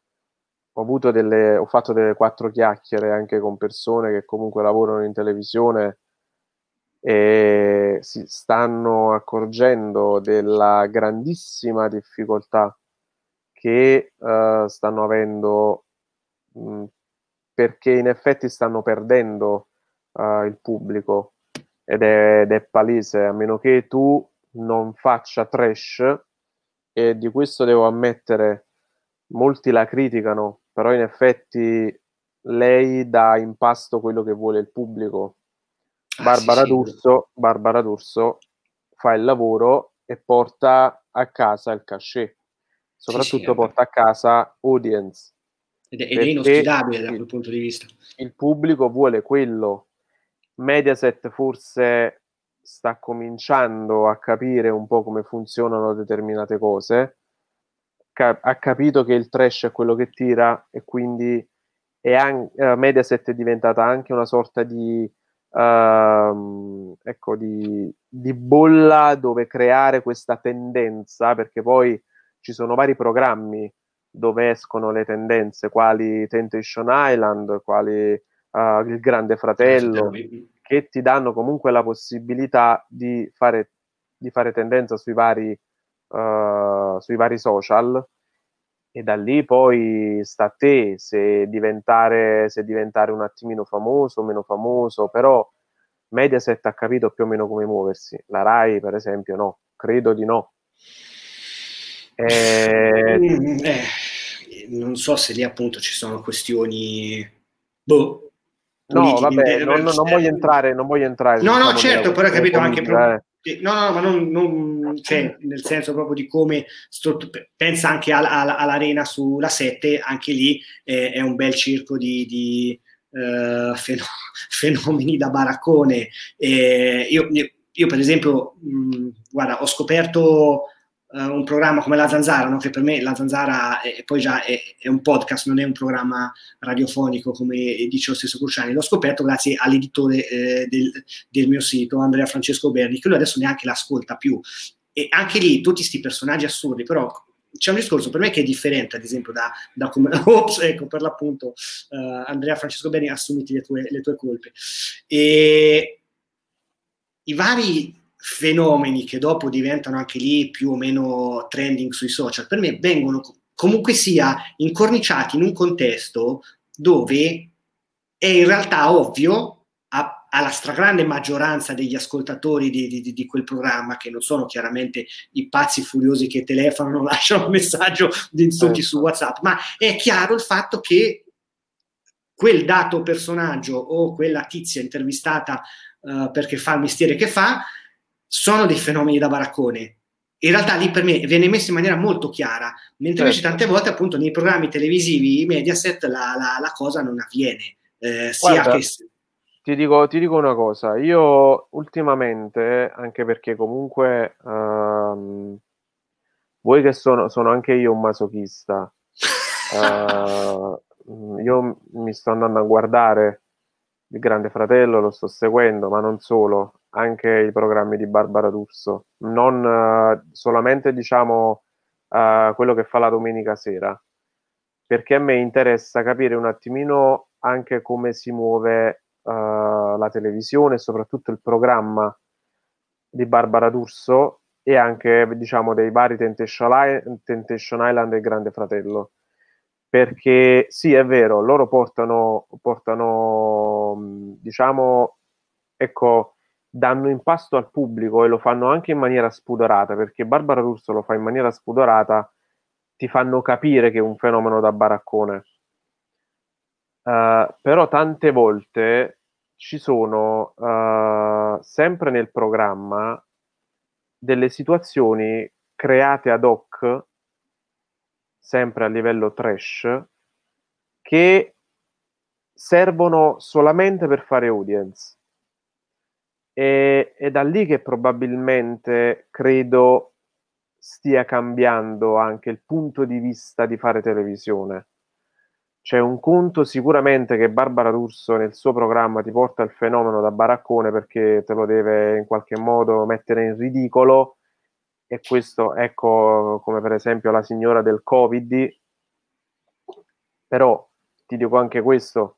ho fatto delle quattro chiacchiere anche con persone che comunque lavorano in televisione e si stanno accorgendo della grandissima difficoltà che stanno avendo, perché in effetti stanno perdendo il pubblico ed è palese, a meno che tu non faccia trash, e di questo devo ammettere, molti la criticano, però in effetti lei dà in pasto quello che vuole il pubblico. Ah, sì, sì. Barbara D'Urso fa il lavoro e porta a casa il cachet, Sì, sì, soprattutto porta a casa audience, ed è perché inossidabile da il, quel punto di vista. il pubblico vuole quello. Mediaset forse sta cominciando a capire un po' come funzionano determinate cose, ha capito che il trash è quello che tira e quindi Mediaset è diventata anche una sorta di, ecco, di bolla dove creare questa tendenza, perché poi ci sono vari programmi dove escono le tendenze, quali Temptation Island, quali Il Grande Fratello, che ti danno comunque la possibilità di fare tendenza sui vari social, e da lì poi sta a te se diventare un attimino famoso o meno famoso, però Mediaset ha capito più o meno come muoversi, la Rai per esempio no, credo di no. Eh, Mm, non so se lì appunto ci sono questioni boh, no, politiche. vabbè, non voglio entrare, No, no, diciamo, nella certo, però ho questione capito anche politica. no, no, ma cioè, nel senso proprio di come pensa anche all'Arena sulla 7, anche lì è un bel circo di fenomeni da baraccone. Io, per esempio, guarda, ho scoperto un programma come La Zanzara, no? Che per me La Zanzara poi già è un podcast, non è un programma radiofonico come dice lo stesso Cruciani. L'ho scoperto grazie all'editore del mio sito, Andrea Francesco Berni, che lui adesso neanche l'ascolta più. E anche lì tutti questi personaggi assurdi, però c'è un discorso per me che è differente, ad esempio, da come... Ops, ecco, per l'appunto, Andrea Francesco Berni, assumiti le tue colpe. E i vari fenomeni che dopo diventano anche lì più o meno trending sui social, per me vengono comunque sia incorniciati in un contesto dove è in realtà ovvio alla stragrande maggioranza degli ascoltatori di quel programma, che non sono chiaramente i pazzi furiosi che telefonano, lasciano un messaggio di insulti su WhatsApp, ma è chiaro il fatto che quel dato personaggio o quella tizia intervistata perché fa il mestiere che fa sono dei fenomeni da baraccone. In realtà lì per me viene messo in maniera molto chiara, mentre invece Certo. tante volte appunto nei programmi televisivi Mediaset la cosa non avviene, sia che... Guarda, ti dico una cosa, io ultimamente, anche perché comunque, vuoi che sono anche io un masochista, Io mi sto andando a guardare il Grande Fratello, lo sto seguendo, ma non solo, anche i programmi di Barbara D'Urso, non solamente diciamo quello che fa la domenica sera, perché a me interessa capire un attimino anche come si muove la televisione e soprattutto il programma di Barbara D'Urso e anche diciamo dei vari Temptation Island e Grande Fratello, perché sì, è vero, loro portano diciamo, ecco, danno impasto al pubblico e lo fanno anche in maniera spudorata, perché Barbara D'Urso lo fa in maniera spudorata, ti fanno capire che è un fenomeno da baraccone. Però tante volte ci sono sempre nel programma delle situazioni create ad hoc, sempre a livello trash, che servono solamente per fare audience. È da lì che probabilmente credo stia cambiando anche il punto di vista di fare televisione. C'è un conto sicuramente che Barbara D'Urso nel suo programma ti porta il fenomeno da baraccone perché te lo deve in qualche modo mettere in ridicolo, e questo, ecco, come per esempio la signora del Covid, però ti dico anche questo,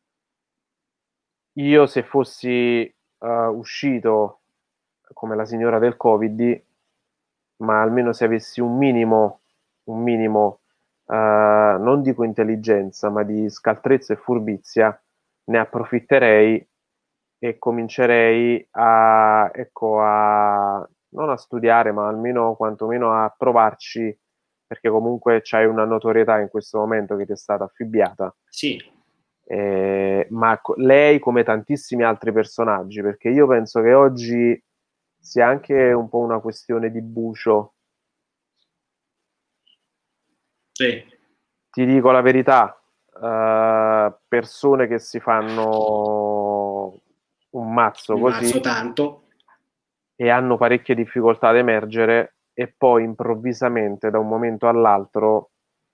io se fossi uscito come la signora del Covid, ma almeno se avessi un minimo, non dico intelligenza, ma di scaltrezza e furbizia, ne approfitterei e comincerei a, ecco, non a studiare, ma almeno quantomeno a provarci, perché comunque c'hai una notorietà in questo momento che ti è stata affibbiata. Sì. Ma lei come tantissimi altri personaggi, perché io penso che oggi sia anche un po' una questione di bucio. Sì. Ti dico la verità, persone che si fanno un mazzo Un così mazzo tanto. e hanno parecchie difficoltà ad emergere e poi improvvisamente da un momento all'altro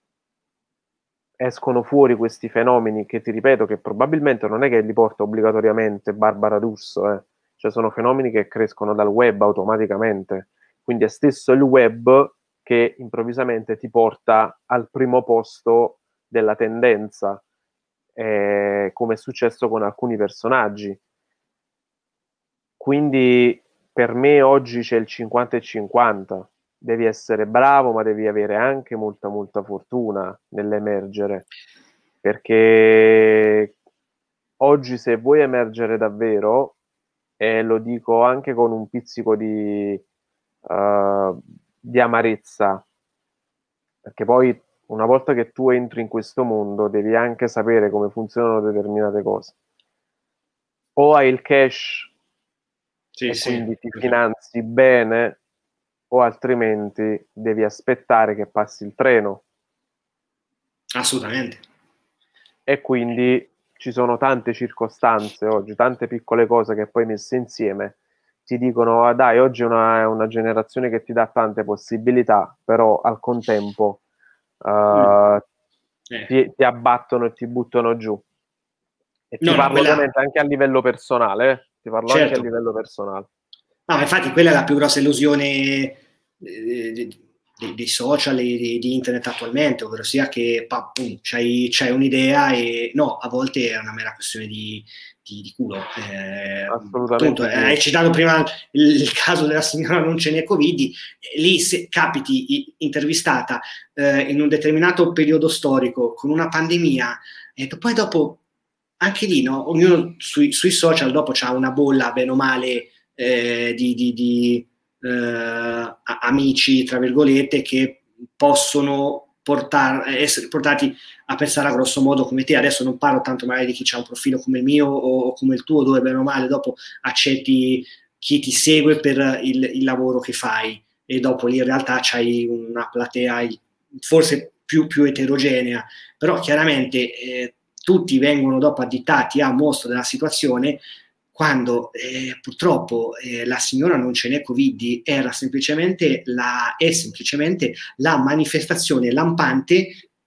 escono fuori questi fenomeni che ti ripeto che probabilmente non è che li porta obbligatoriamente Barbara D'Urso, cioè sono fenomeni che crescono dal web automaticamente, quindi è stesso il web che improvvisamente ti porta al primo posto della tendenza, come è successo con alcuni personaggi. Quindi per me oggi c'è il 50 e 50, devi essere bravo, ma devi avere anche molta, molta fortuna nell'emergere, perché oggi se vuoi emergere davvero, e lo dico anche con un pizzico di amarezza, perché poi una volta che tu entri in questo mondo devi anche sapere come funzionano determinate cose. O hai il cash Sì, e sì. quindi ti finanzi bene, o altrimenti devi aspettare che passi il treno. Assolutamente. E quindi ci sono tante circostanze oggi, tante piccole cose che poi messe insieme ti dicono: ah, dai, oggi è una generazione che ti dà tante possibilità, però al contempo Mm. ti abbattono e ti buttano giù. E ti No, no, parlo quella, ovviamente anche a livello personale, ti parlo anche a certo. livello personale. No, ma infatti quella è la più grossa illusione dei social e di internet attualmente, ovvero sia che pum, c'hai un'idea e no, a volte è una mera questione di culo. Appunto, Assolutamente sì. hai citato prima il caso della signora non ce n'è Covid, lì se capiti intervistata in un determinato periodo storico con una pandemia, e poi dopo anche lì, no? Ognuno sui social dopo c'ha una bolla, bene o male, di amici, tra virgolette, che possono essere portati a pensare a grosso modo come te. Adesso non parlo tanto magari di chi ha un profilo come il mio o come il tuo, dove bene o male dopo accetti chi ti segue per il lavoro che fai e dopo lì in realtà c'hai una platea forse più eterogenea, però chiaramente tutti vengono dopo additati a mostro della situazione quando purtroppo la signora non ce n'è Covid è semplicemente la manifestazione lampante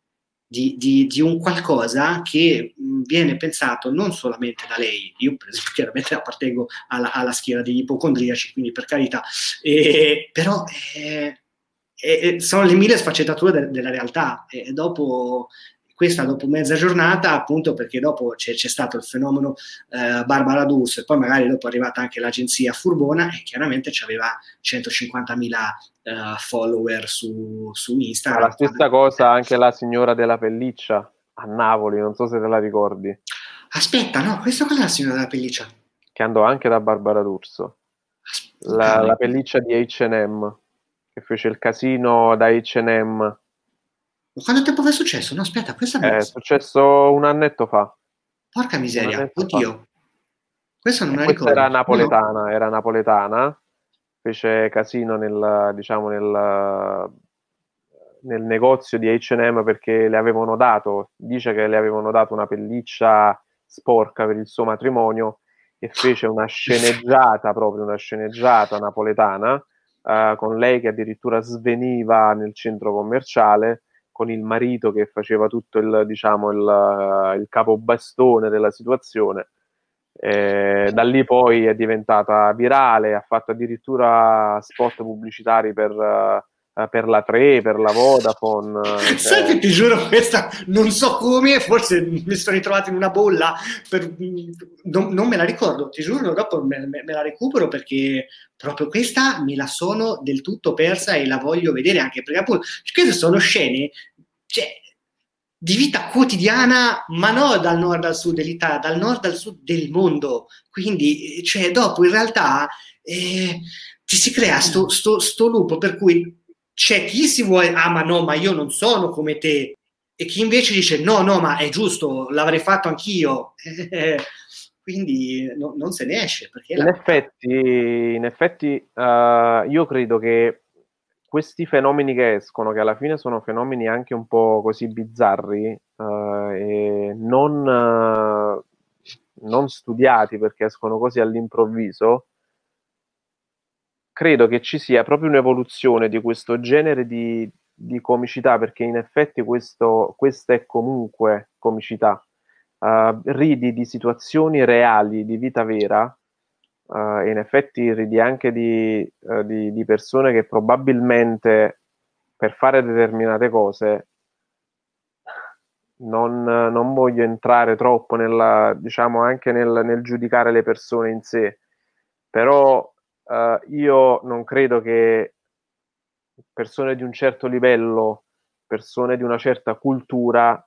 di un qualcosa che viene pensato non solamente da lei. Io per esempio chiaramente appartengo alla schiera degli ipocondriaci, quindi per carità, però sono le mille sfaccettature della realtà, e dopo questa, dopo mezza giornata, appunto perché dopo c'è stato il fenomeno Barbara D'Urso, e poi magari dopo è arrivata anche l'agenzia Furbona, e chiaramente c'aveva 150.000 follower su Ma la Instagram. stessa cosa anche la signora della pelliccia a Napoli, non so se te la ricordi, Aspetta, no, questa qual è la signora della pelliccia? che andò anche da Barbara D'Urso. Oh, La cavoli. pelliccia di H&M, che fece il casino da H&M. Ma quanto tempo è successo? No, aspetta, questa non la È so. successo un annetto fa. Porca Un miseria, annetto fa. oddio, questa non E me la questa ricordo. No, no. era napoletana, fece casino nel, diciamo, nel negozio di H&M perché le avevano dato, dice che le avevano dato una pelliccia sporca per il suo matrimonio, e fece una sceneggiata, proprio una sceneggiata napoletana, con lei che addirittura sveniva nel centro commerciale, con il marito che faceva tutto il, diciamo, il capobastone della situazione. Da lì poi è diventata virale, ha fatto addirittura spot pubblicitari per la 3, per la Vodafone. Sai che Cioè, ti giuro, questa non so come, forse mi sono ritrovato in una bolla, non me la ricordo, ti giuro, dopo me la recupero perché proprio questa me la sono del tutto persa e la voglio vedere, anche perché appunto queste sono scene, cioè, di vita quotidiana, ma non dal nord al sud dell'Italia, dal nord al sud del mondo. Quindi, cioè, dopo in realtà ti si crea sto lupo per cui c'è chi si vuole, ah ma no, ma io non sono come te, e chi invece dice no, no, ma è giusto, l'avrei fatto anch'io. Quindi non se ne esce, perché è la verità. in effetti, io credo che questi fenomeni che escono, che alla fine sono fenomeni anche un po' così bizzarri, e non studiati perché escono così all'improvviso, credo che ci sia proprio un'evoluzione di questo genere di comicità, perché in effetti questa è comunque comicità. Ridi di situazioni reali, di vita vera, e in effetti ridi anche di persone che probabilmente per fare determinate cose non voglio entrare troppo diciamo, anche nel giudicare le persone in sé, però io non credo che persone di un certo livello, persone di una certa cultura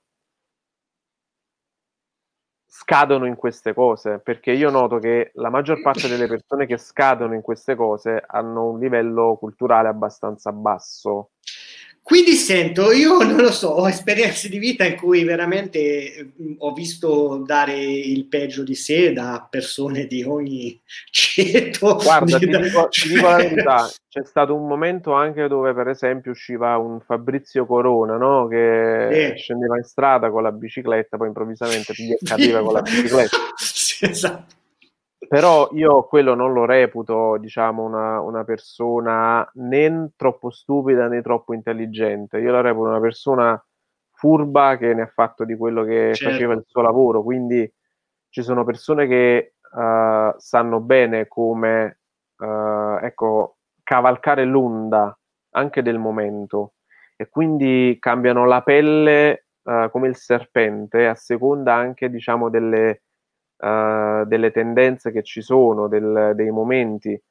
scadono in queste cose, perché io noto che la maggior parte delle persone che scadono in queste cose hanno un livello culturale abbastanza basso. Quindi sento, io non lo so, ho esperienze di vita in cui veramente ho visto dare il peggio di sé da persone di ogni ceto. Guarda, ti dico la Cioè, verità, c'è stato un momento anche dove, per esempio, usciva un Fabrizio Corona, no? Che sì. scendeva in strada con la bicicletta, poi improvvisamente gli cadeva con la bicicletta. Sì, esatto. Però io quello non lo reputo, diciamo, una persona né troppo stupida né troppo intelligente. Io la reputo una persona furba che ne ha fatto di quello che faceva Certo. il suo lavoro. Quindi ci sono persone che sanno bene come, ecco, cavalcare l'onda anche del momento, e quindi cambiano la pelle, come il serpente, a seconda anche, diciamo, delle tendenze che ci sono, dei momenti.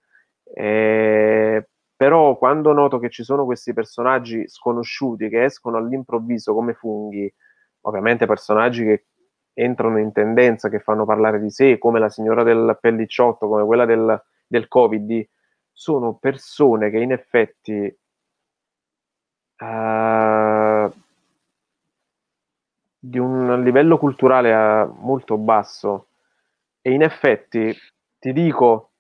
Però quando noto che ci sono questi personaggi sconosciuti che escono all'improvviso come funghi, ovviamente personaggi che entrano in tendenza, che fanno parlare di sé, come la signora del pellicciotto, come quella del Covid, sono persone che in effetti eh, di un livello culturale molto basso, e in effetti ti dico,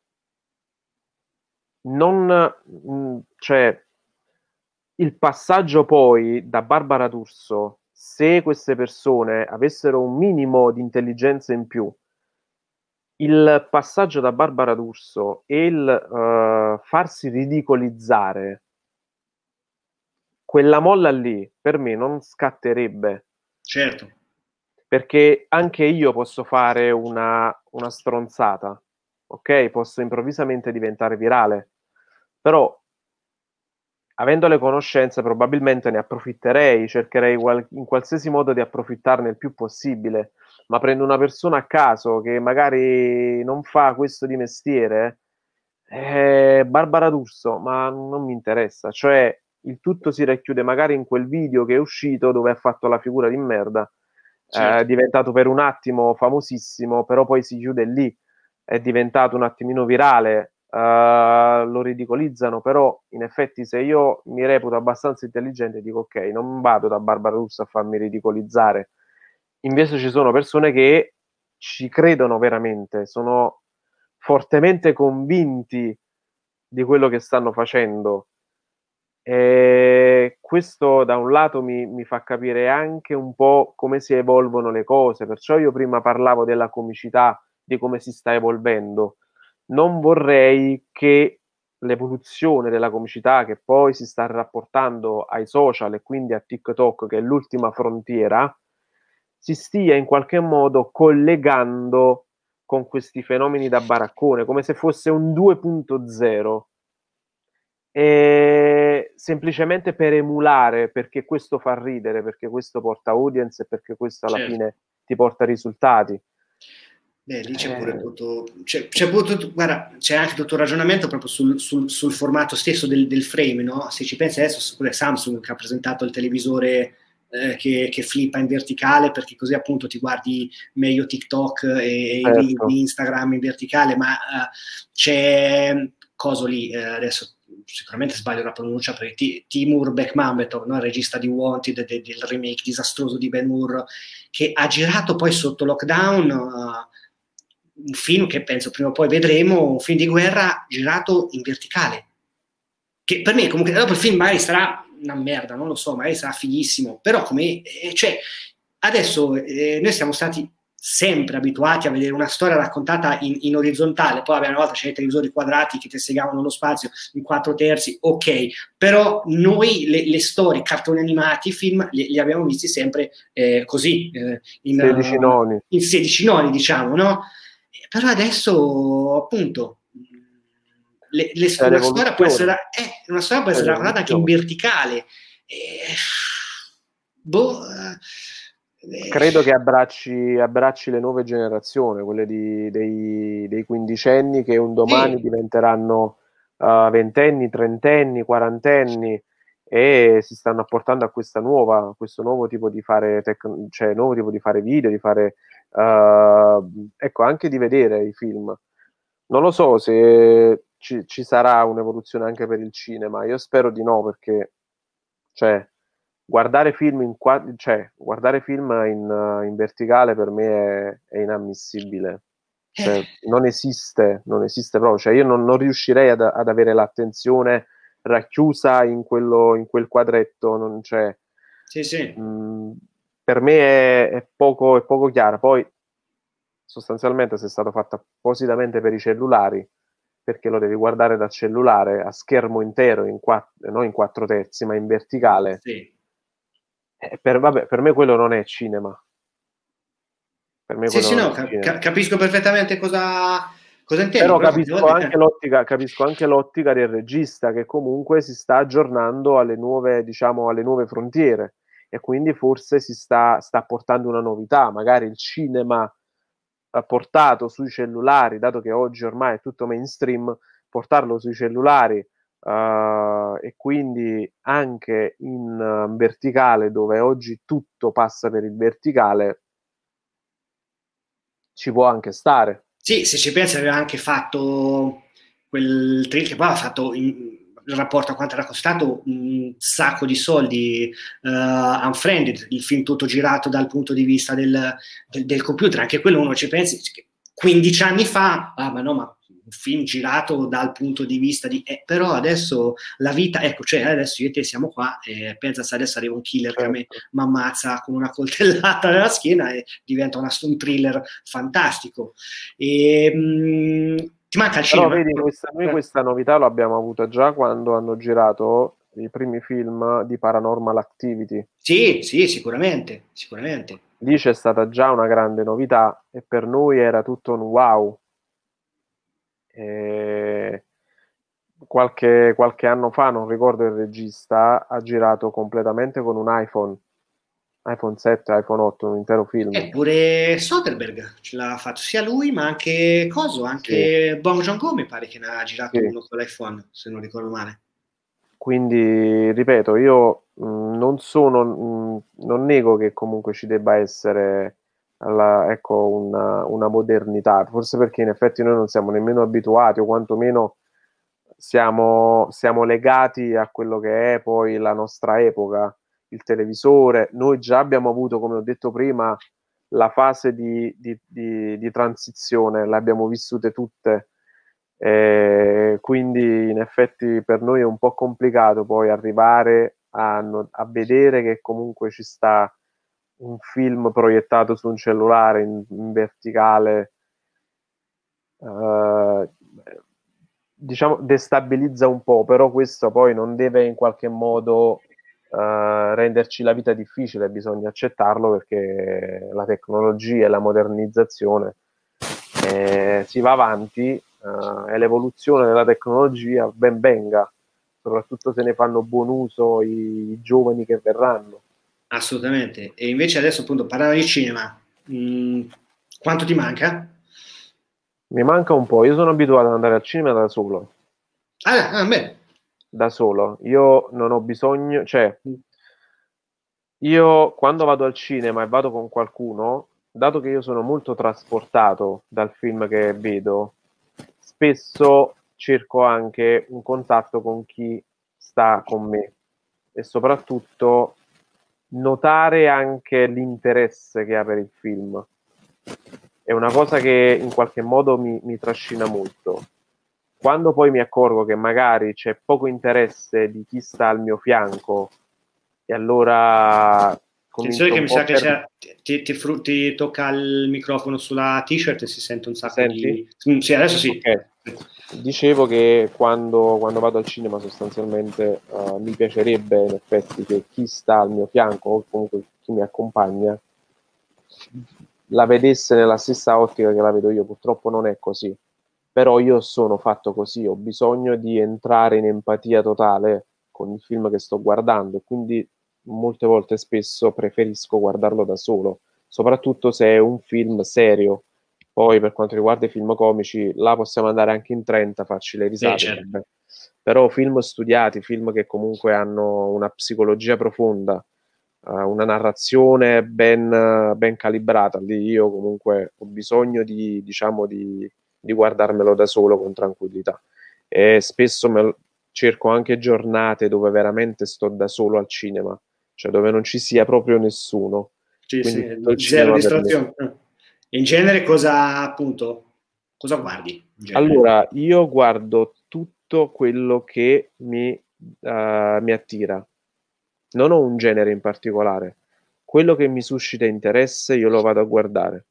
non, cioè, il passaggio poi da Barbara D'Urso, se queste persone avessero un minimo di intelligenza in più, il passaggio da Barbara D'Urso e il farsi ridicolizzare quella molla lì per me non scatterebbe. Certo. Perché anche io posso fare una stronzata, ok? Posso improvvisamente diventare virale, però avendo le conoscenze probabilmente ne approfitterei, cercherei in qualsiasi modo di approfittarne il più possibile, ma prendo una persona a caso che magari non fa questo di mestiere, Barbara D'Urso, ma non mi interessa, cioè il tutto si racchiude magari in quel video che è uscito dove ha fatto la figura di merda, è Certo. diventato per un attimo famosissimo, però poi si chiude lì, è diventato un attimino virale, lo ridicolizzano, però in effetti se io mi reputo abbastanza intelligente dico ok, non vado da Barbara Russo a farmi ridicolizzare. Invece ci sono persone che ci credono veramente, sono fortemente convinti di quello che stanno facendo. E questo da un lato mi fa capire anche un po' come si evolvono le cose, perciò io prima parlavo della comicità, di come si sta evolvendo. Non vorrei che l'evoluzione della comicità, che poi si sta rapportando ai social e quindi a TikTok, che è l'ultima frontiera, si stia in qualche modo collegando con questi fenomeni da baraccone, come se fosse un 2.0, semplicemente per emulare, perché questo fa ridere, perché questo porta audience e perché questo alla Certo. fine ti porta risultati. Beh, lì c'è pure tutto, c'è pure tutto, guarda, c'è anche tutto il ragionamento proprio sul formato stesso del frame, no? Se ci pensi adesso, pure Samsung che ha presentato il televisore che flippa in verticale, perché così appunto ti guardi meglio TikTok e i video Certo. di Instagram in verticale, ma c'è coso lì, adesso sicuramente sbaglio la pronuncia, perché Timur Bekmambetov, no? Il regista di Wanted, del remake disastroso di Ben-Hur, che ha girato poi sotto lockdown un film che penso prima o poi vedremo, un film di guerra girato in verticale, che per me comunque dopo il film magari sarà una merda, non lo so, magari sarà fighissimo, però come, cioè, adesso noi siamo stati sempre abituati a vedere una storia raccontata in orizzontale, poi una volta c'erano i televisori quadrati che ti spiegavano lo spazio in 4 terzi, ok, però noi le storie, cartoni animati, film, li abbiamo visti sempre così, 16 noni. in 16 noni, diciamo, no? Però adesso, appunto, C'è l'evoluzione. una storia può C'è essere raccontata anche in l'evoluzione. verticale. Boh, Credo che abbracci le nuove generazioni, quelle dei quindicenni che un domani sì, diventeranno ventenni, trentenni, quarantenni e si stanno apportando a questo nuovo tipo di fare, cioè nuovo tipo di fare video, di fare, ecco, anche di vedere i film. Non lo so se ci sarà un'evoluzione anche per il cinema, io spero di no perché, cioè, guardare film in verticale per me è inammissibile. eh, Cioè, non esiste proprio. Cioè, io non riuscirei ad avere l'attenzione racchiusa in quel quadretto. Non, cioè, sì, sì. mh, per me è poco chiara. Poi, sostanzialmente, se è stato fatto appositamente per i cellulari, perché lo devi guardare dal cellulare a schermo intero, non in 4 terzi, ma in verticale. Sì. Vabbè, per me quello non è cinema. Per me Sì, quello sì, non no, è cinema. capisco perfetamente cosa intendi, Però però tante volte... capisco anche l'ottica del regista che comunque si sta aggiornando alle nuove, diciamo, alle nuove frontiere e quindi forse sta portando una novità. Magari il cinema portato sui cellulari, dato che oggi ormai è tutto mainstream, portarlo sui cellulari e quindi anche in verticale, dove oggi tutto passa per il verticale, ci può anche stare. Sì, se ci pensi aveva anche fatto quel thrill che poi ha fatto in rapporto a quanto era costato un sacco di soldi, Unfriended, il film tutto girato dal punto di vista del computer, anche quello uno ci pensi, 15 anni fa, ah ma no, ma un film girato dal punto di vista di... però adesso la vita, ecco, cioè adesso io e te siamo qua e pensa se adesso arriva un killer che a me Certo. mi ammazza con una coltellata nella schiena e diventa un thriller fantastico. Ti manca il Però cinema? vedi, noi questa novità l'abbiamo avuta già quando hanno girato i primi film di Paranormal Activity. Sì, sì, sicuramente, sicuramente. Lì c'è stata già una grande novità e per noi era tutto un wow. E qualche anno fa, non ricordo il regista, ha girato completamente con un iPhone 7, iPhone 8, un intero film. Eppure Soderbergh ce l'ha fatto sia lui, ma anche Coso, Sì, anche Bong Joon-ho mi pare che ne ha sì. girato uno con l'iPhone, se non ricordo male. Quindi, ripeto, io non nego che comunque ci debba essere ecco, una modernità, forse perché in effetti noi non siamo nemmeno abituati o quantomeno siamo legati a quello che è poi la nostra epoca, il televisore. Noi già abbiamo avuto, come ho detto prima, la fase di transizione, le abbiamo vissute tutte, quindi in effetti per noi è un po' complicato poi arrivare a vedere che comunque ci sta un film proiettato su un cellulare in verticale, eh, diciamo destabilizza un po', però questo poi non deve in qualche modo renderci la vita difficile, bisogna accettarlo perché la tecnologia e la modernizzazione si va avanti e l'evoluzione della tecnologia ben venga, soprattutto se ne fanno buon uso i giovani che verranno. Assolutamente. E invece adesso appunto parlando di cinema, quanto ti manca? Mi manca un po', io sono abituato ad andare al cinema Beh. da solo, io non ho bisogno, cioè io quando vado al cinema e vado con qualcuno, dato che io sono molto trasportato dal film che vedo, spesso cerco anche un contatto con chi sta con me e soprattutto notare anche l'interesse che ha per il film. È una cosa che in qualche modo mi trascina molto. Quando poi mi accorgo che magari c'è poco interesse di chi sta al mio fianco e allora Attenzione comincio che un mi po' sa che per... ti tocca il microfono sulla t-shirt e si sente un Mi sacco senti? di... Sì, adesso sì. Ok. Dicevo che quando vado al cinema sostanzialmente mi piacerebbe in effetti che chi sta al mio fianco o comunque chi mi accompagna la vedesse nella stessa ottica che la vedo io. Purtroppo non è così, però io sono fatto così, ho bisogno di entrare in empatia totale con il film che sto guardando e quindi molte volte spesso preferisco guardarlo da solo, soprattutto se è un film serio. Poi per quanto riguarda i film comici, là possiamo andare anche in 30 a farci le risate, Certo. vabbè. Però film studiati, film che comunque hanno una psicologia profonda, una narrazione ben calibrata, lì io comunque ho bisogno diciamo, di guardarmelo da solo con tranquillità. E spesso cerco anche giornate dove veramente sto da solo al cinema, cioè dove non ci sia proprio nessuno. Sì, Quindi sì, tutto il zero cinema per me. distrazione. In genere cosa, appunto, cosa guardi? In genere? Allora, io guardo tutto quello che mi attira. Non ho un genere in particolare. Quello che mi suscita interesse, io lo vado a guardare.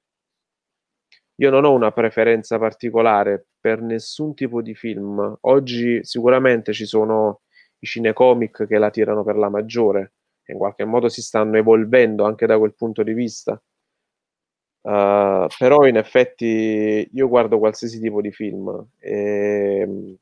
Io non ho una preferenza particolare per nessun tipo di film. Oggi sicuramente ci sono i cinecomic che la tirano per la maggiore, e in qualche modo si stanno evolvendo anche da quel punto di vista. Però in effetti io guardo qualsiasi tipo di film e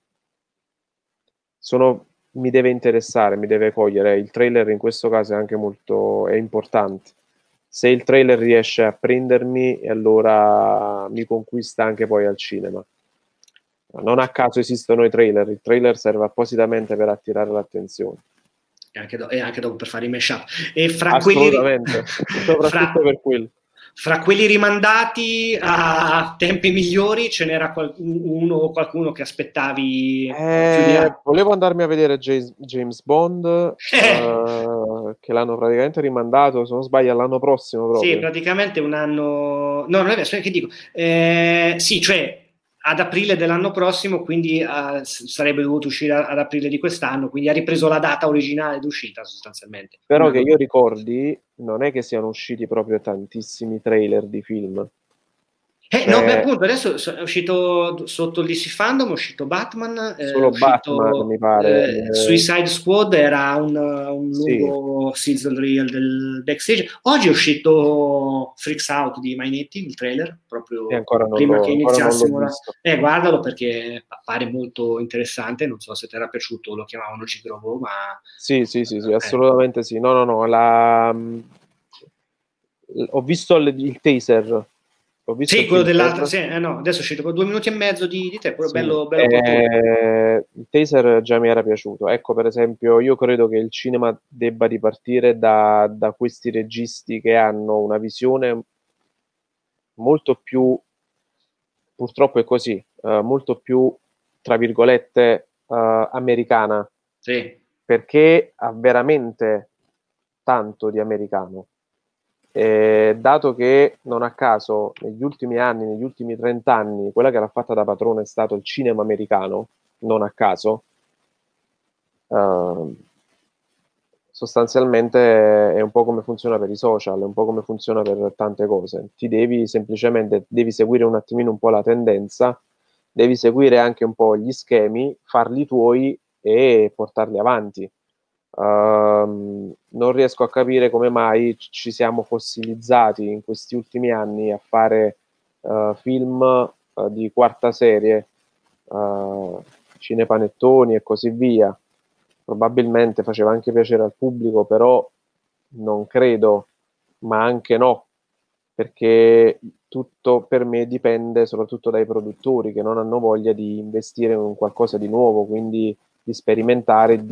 mi deve interessare, mi deve cogliere. Il trailer in questo caso è anche è importante. Se il trailer riesce a prendermi, e allora mi conquista anche poi al cinema. Non a caso esistono i trailer, il trailer serve appositamente per attirare l'attenzione. E anche dopo per fare i mashup. E Assolutamente, soprattutto fra, per quello. fra quelli rimandati a tempi migliori ce n'era uno o qualcuno che aspettavi più di altri? Volevo andarmi a vedere James Bond, che l'hanno praticamente rimandato, se non sbaglio, all'anno prossimo Sì, proprio. praticamente un anno... No, non è vero, aspetta, che dico? Sì, cioè ad aprile dell'anno prossimo, quindi sarebbe dovuto uscire ad aprile di quest'anno, quindi ha ripreso la data originale d'uscita sostanzialmente. Un Però che anno io dopo. ricordi, non è che siano usciti proprio tantissimi trailer di film. No, beh, appunto, adesso è uscito sotto il DC Fandom, è uscito Batman, è solo Batman mi uscito pare. Suicide Squad, era un Sì, lungo sizzle reel del backstage. Oggi è uscito Freaks Out di Mainetti, il trailer, e proprio prima che ancora non l'ho iniziassimo visto. guardalo perché pare molto interessante, non so se ti era piaciuto, lo chiamavano Gigrobo, ma... Sì, sì, sì, sì, eh, assolutamente sì. No, no, no, ho visto il taser. Ho visto Sì, il quello dell'altra, taser. sì, no, adesso è uscito per 2 minuti e mezzo di te, quello Sì, bello, bello corto. il taser già mi era piaciuto. Ecco, per esempio, io credo che il cinema debba ripartire da questi registi che hanno una visione molto più, purtroppo è così, molto più, tra virgolette, americana, Sì. perché ha veramente tanto di americano. Dato che non a caso negli ultimi anni, negli ultimi 30 anni, quella che l'ha fatta da padrone è stato il cinema americano, non a caso, eh, sostanzialmente è un po' come funziona per i social, è un po' come funziona per tante cose. Ti devi semplicemente, devi seguire un attimino un po' la tendenza, devi seguire anche un po' gli schemi, farli tuoi e portarli avanti. Non riesco a capire come mai ci siamo fossilizzati in questi ultimi anni a fare film di quarta serie, cinepanettoni e così via. Probabilmente faceva anche piacere al pubblico, però non credo, ma anche no, perché tutto per me dipende soprattutto dai produttori che non hanno voglia di investire in un qualcosa di nuovo, quindi di sperimentare,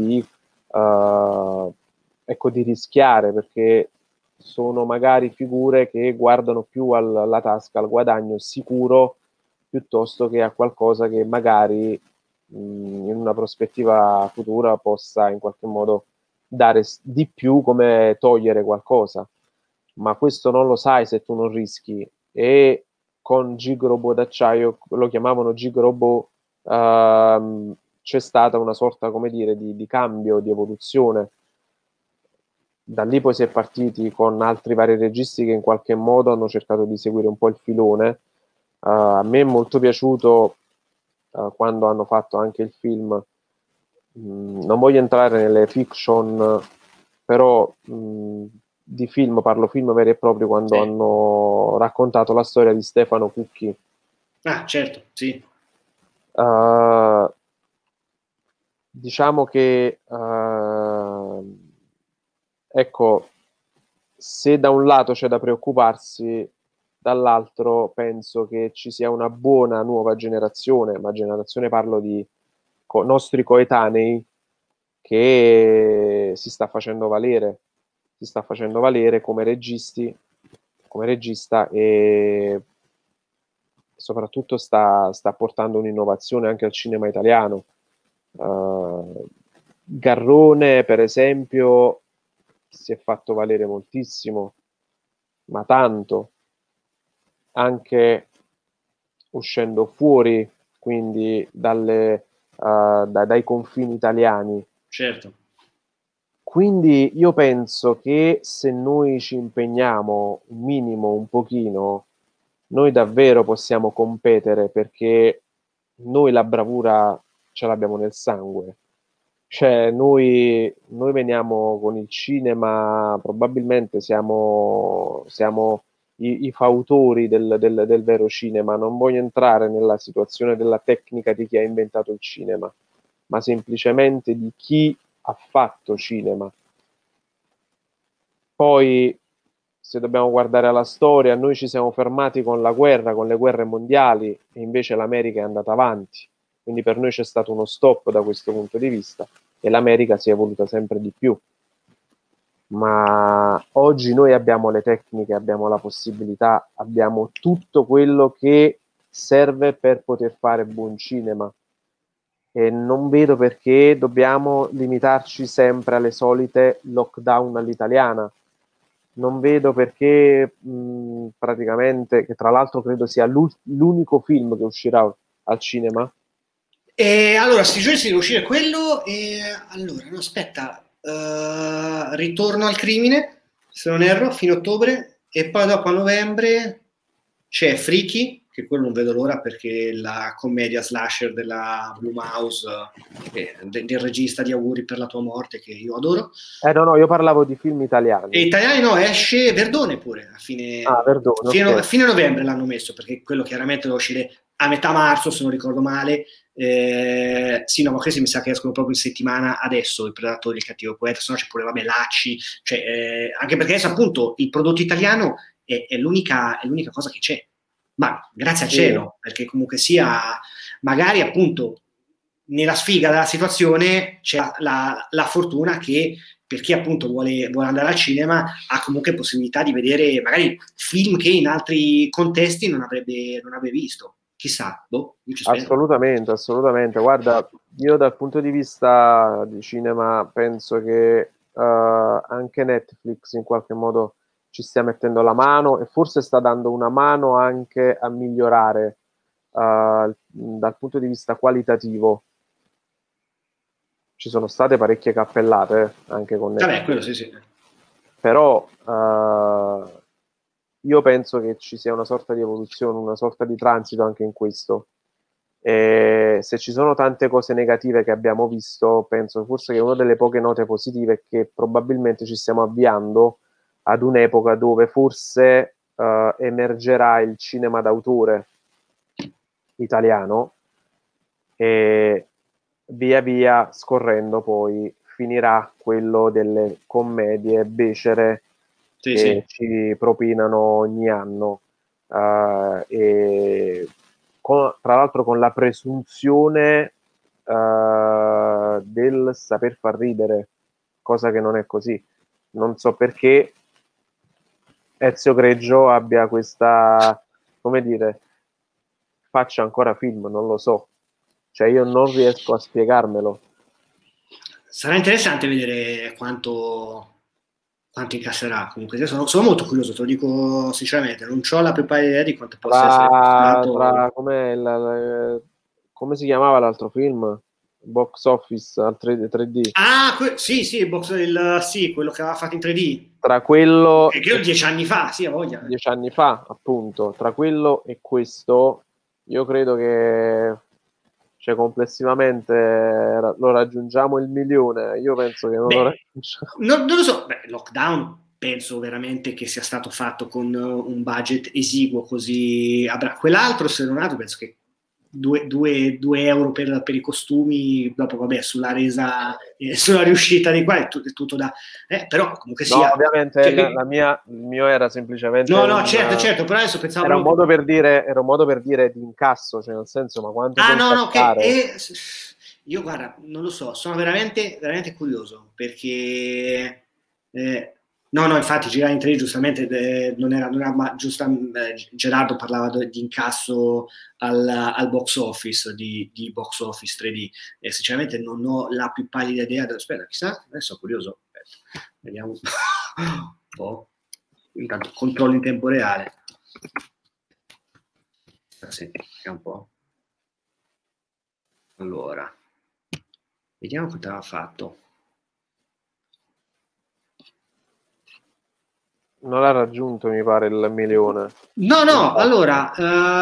ecco, di rischiare, perché sono magari figure che guardano più alla tasca, al guadagno sicuro, piuttosto che a qualcosa che magari in una prospettiva futura possa in qualche modo dare di più come togliere qualcosa. Ma questo non lo sai se tu non rischi. E con Gigrobo d'acciaio, lo chiamavano Gigrobo, c'è stata una sorta, come dire, di cambio, di evoluzione. Da lì poi si è partiti con altri vari registi che in qualche modo hanno cercato di seguire un po' il filone. A me è molto piaciuto quando hanno fatto anche il film. Non voglio entrare nelle fiction, però di film, parlo film veri e propri, quando Sì. hanno raccontato la storia di Stefano Cucchi. Ah, certo, sì. Uh, diciamo che ecco, se da un lato c'è da preoccuparsi, dall'altro penso che ci sia una buona nuova generazione, ma generazione parlo di nostri coetanei, che si sta facendo valere come registi, come regista, e soprattutto sta portando un'innovazione anche al cinema italiano. Garrone, per esempio, si è fatto valere moltissimo, ma tanto, anche uscendo fuori, quindi dai confini italiani. Certo. Quindi io penso che se noi ci impegniamo un minimo, un pochino, noi davvero possiamo competere, perché noi la bravura ce l'abbiamo nel sangue. Cioè, noi veniamo con il cinema, probabilmente siamo i fautori del vero cinema. Non voglio entrare nella situazione della tecnica di chi ha inventato il cinema, ma semplicemente di chi ha fatto cinema. Poi, se dobbiamo guardare alla storia, noi ci siamo fermati con la guerra, con le guerre mondiali, e invece l'America è andata avanti. Quindi per noi c'è stato uno stop da questo punto di vista e l'America si è evoluta sempre di più. Ma oggi noi abbiamo le tecniche, abbiamo la possibilità, abbiamo tutto quello che serve per poter fare buon cinema, e non vedo perché dobbiamo limitarci sempre alle solite lockdown all'italiana. Non vedo perché praticamente, che tra l'altro credo sia l'unico film che uscirà al cinema. E allora, sti giorni si deve uscire quello e allora, no, aspetta, ritorno al crimine, se non erro, fine ottobre, e poi dopo a novembre c'è Freaky, che quello non vedo l'ora, perché la commedia slasher della Blumhouse, del regista di Auguri per la tua morte, che io adoro. No, io parlavo di film italiani. E italiani no, esce Verdone pure, a fine, Verdone, okay. fine novembre l'hanno messo, perché quello chiaramente deve uscire a metà marzo, se non ricordo male. Sì, no, ma questi mi sa che escono proprio in settimana adesso, Il Predatore, Il Cattivo Poeta, se no c'è pure, vabbè, Lacci, cioè, anche perché adesso appunto il prodotto italiano è l'unica cosa che c'è, ma grazie al cielo, perché comunque sia, magari appunto nella sfiga della situazione c'è la fortuna che per chi appunto vuole andare al cinema ha comunque possibilità di vedere magari film che in altri contesti non avrebbe visto. Chissà, io ci spero. Assolutamente. Guarda, io dal punto di vista di cinema penso che anche Netflix in qualche modo ci stia mettendo la mano e forse sta dando una mano anche a migliorare dal punto di vista qualitativo. Ci sono state parecchie cappellate anche con Netflix. Vabbè, quello sì. Però io penso che ci sia una sorta di evoluzione, una sorta di transito anche in questo. E se ci sono tante cose negative che abbiamo visto, penso forse che una delle poche note positive è che probabilmente ci stiamo avviando ad un'epoca dove forse emergerà il cinema d'autore italiano e via via scorrendo poi finirà quello delle commedie becere che ci propinano ogni anno, e tra l'altro con la presunzione del saper far ridere, cosa che non è così. Non so perché Ezio Greggio abbia questa, come dire, faccia ancora film, non lo so. Cioè io non riesco a spiegarmelo. Sarà interessante vedere quanto incasserà. Comunque sono molto curioso, te lo dico sinceramente, non ho la più pallida idea di quanto possa essere costato. Come si chiamava l'altro film? Box Office al 3D. Sì, quello che aveva fatto in 3D. Tra quello che io 10 anni fa, sì, a voglia. 10 anni fa, appunto, tra quello e questo, io credo che complessivamente lo raggiungiamo il 1.000.000. Io penso che non lo raggiungiamo. Non lo so, Lockdown penso veramente che sia stato fatto con un budget esiguo, così quell'altro, se non altro, penso che 2 euro per i costumi, dopo vabbè sulla resa, sulla riuscita di qua è tutto da però comunque sia, no, ovviamente il mio era semplicemente certo, però adesso pensavo era un modo per dire di incasso, cioè nel senso, ma quanto io guarda, non lo so, sono veramente veramente curioso, perché no, infatti girare in 3D giustamente non era giusta, Gerardo parlava di incasso al box office, di box office 3D, e sinceramente non ho la più pallida idea. Aspetta, chissà, adesso sono curioso. Aspetta, vediamo un po'. Intanto controllo in tempo reale. Sì, è un po'. Allora, vediamo quanto aveva fatto. Non l'ha raggiunto, mi pare, il 1.000.000. No, allora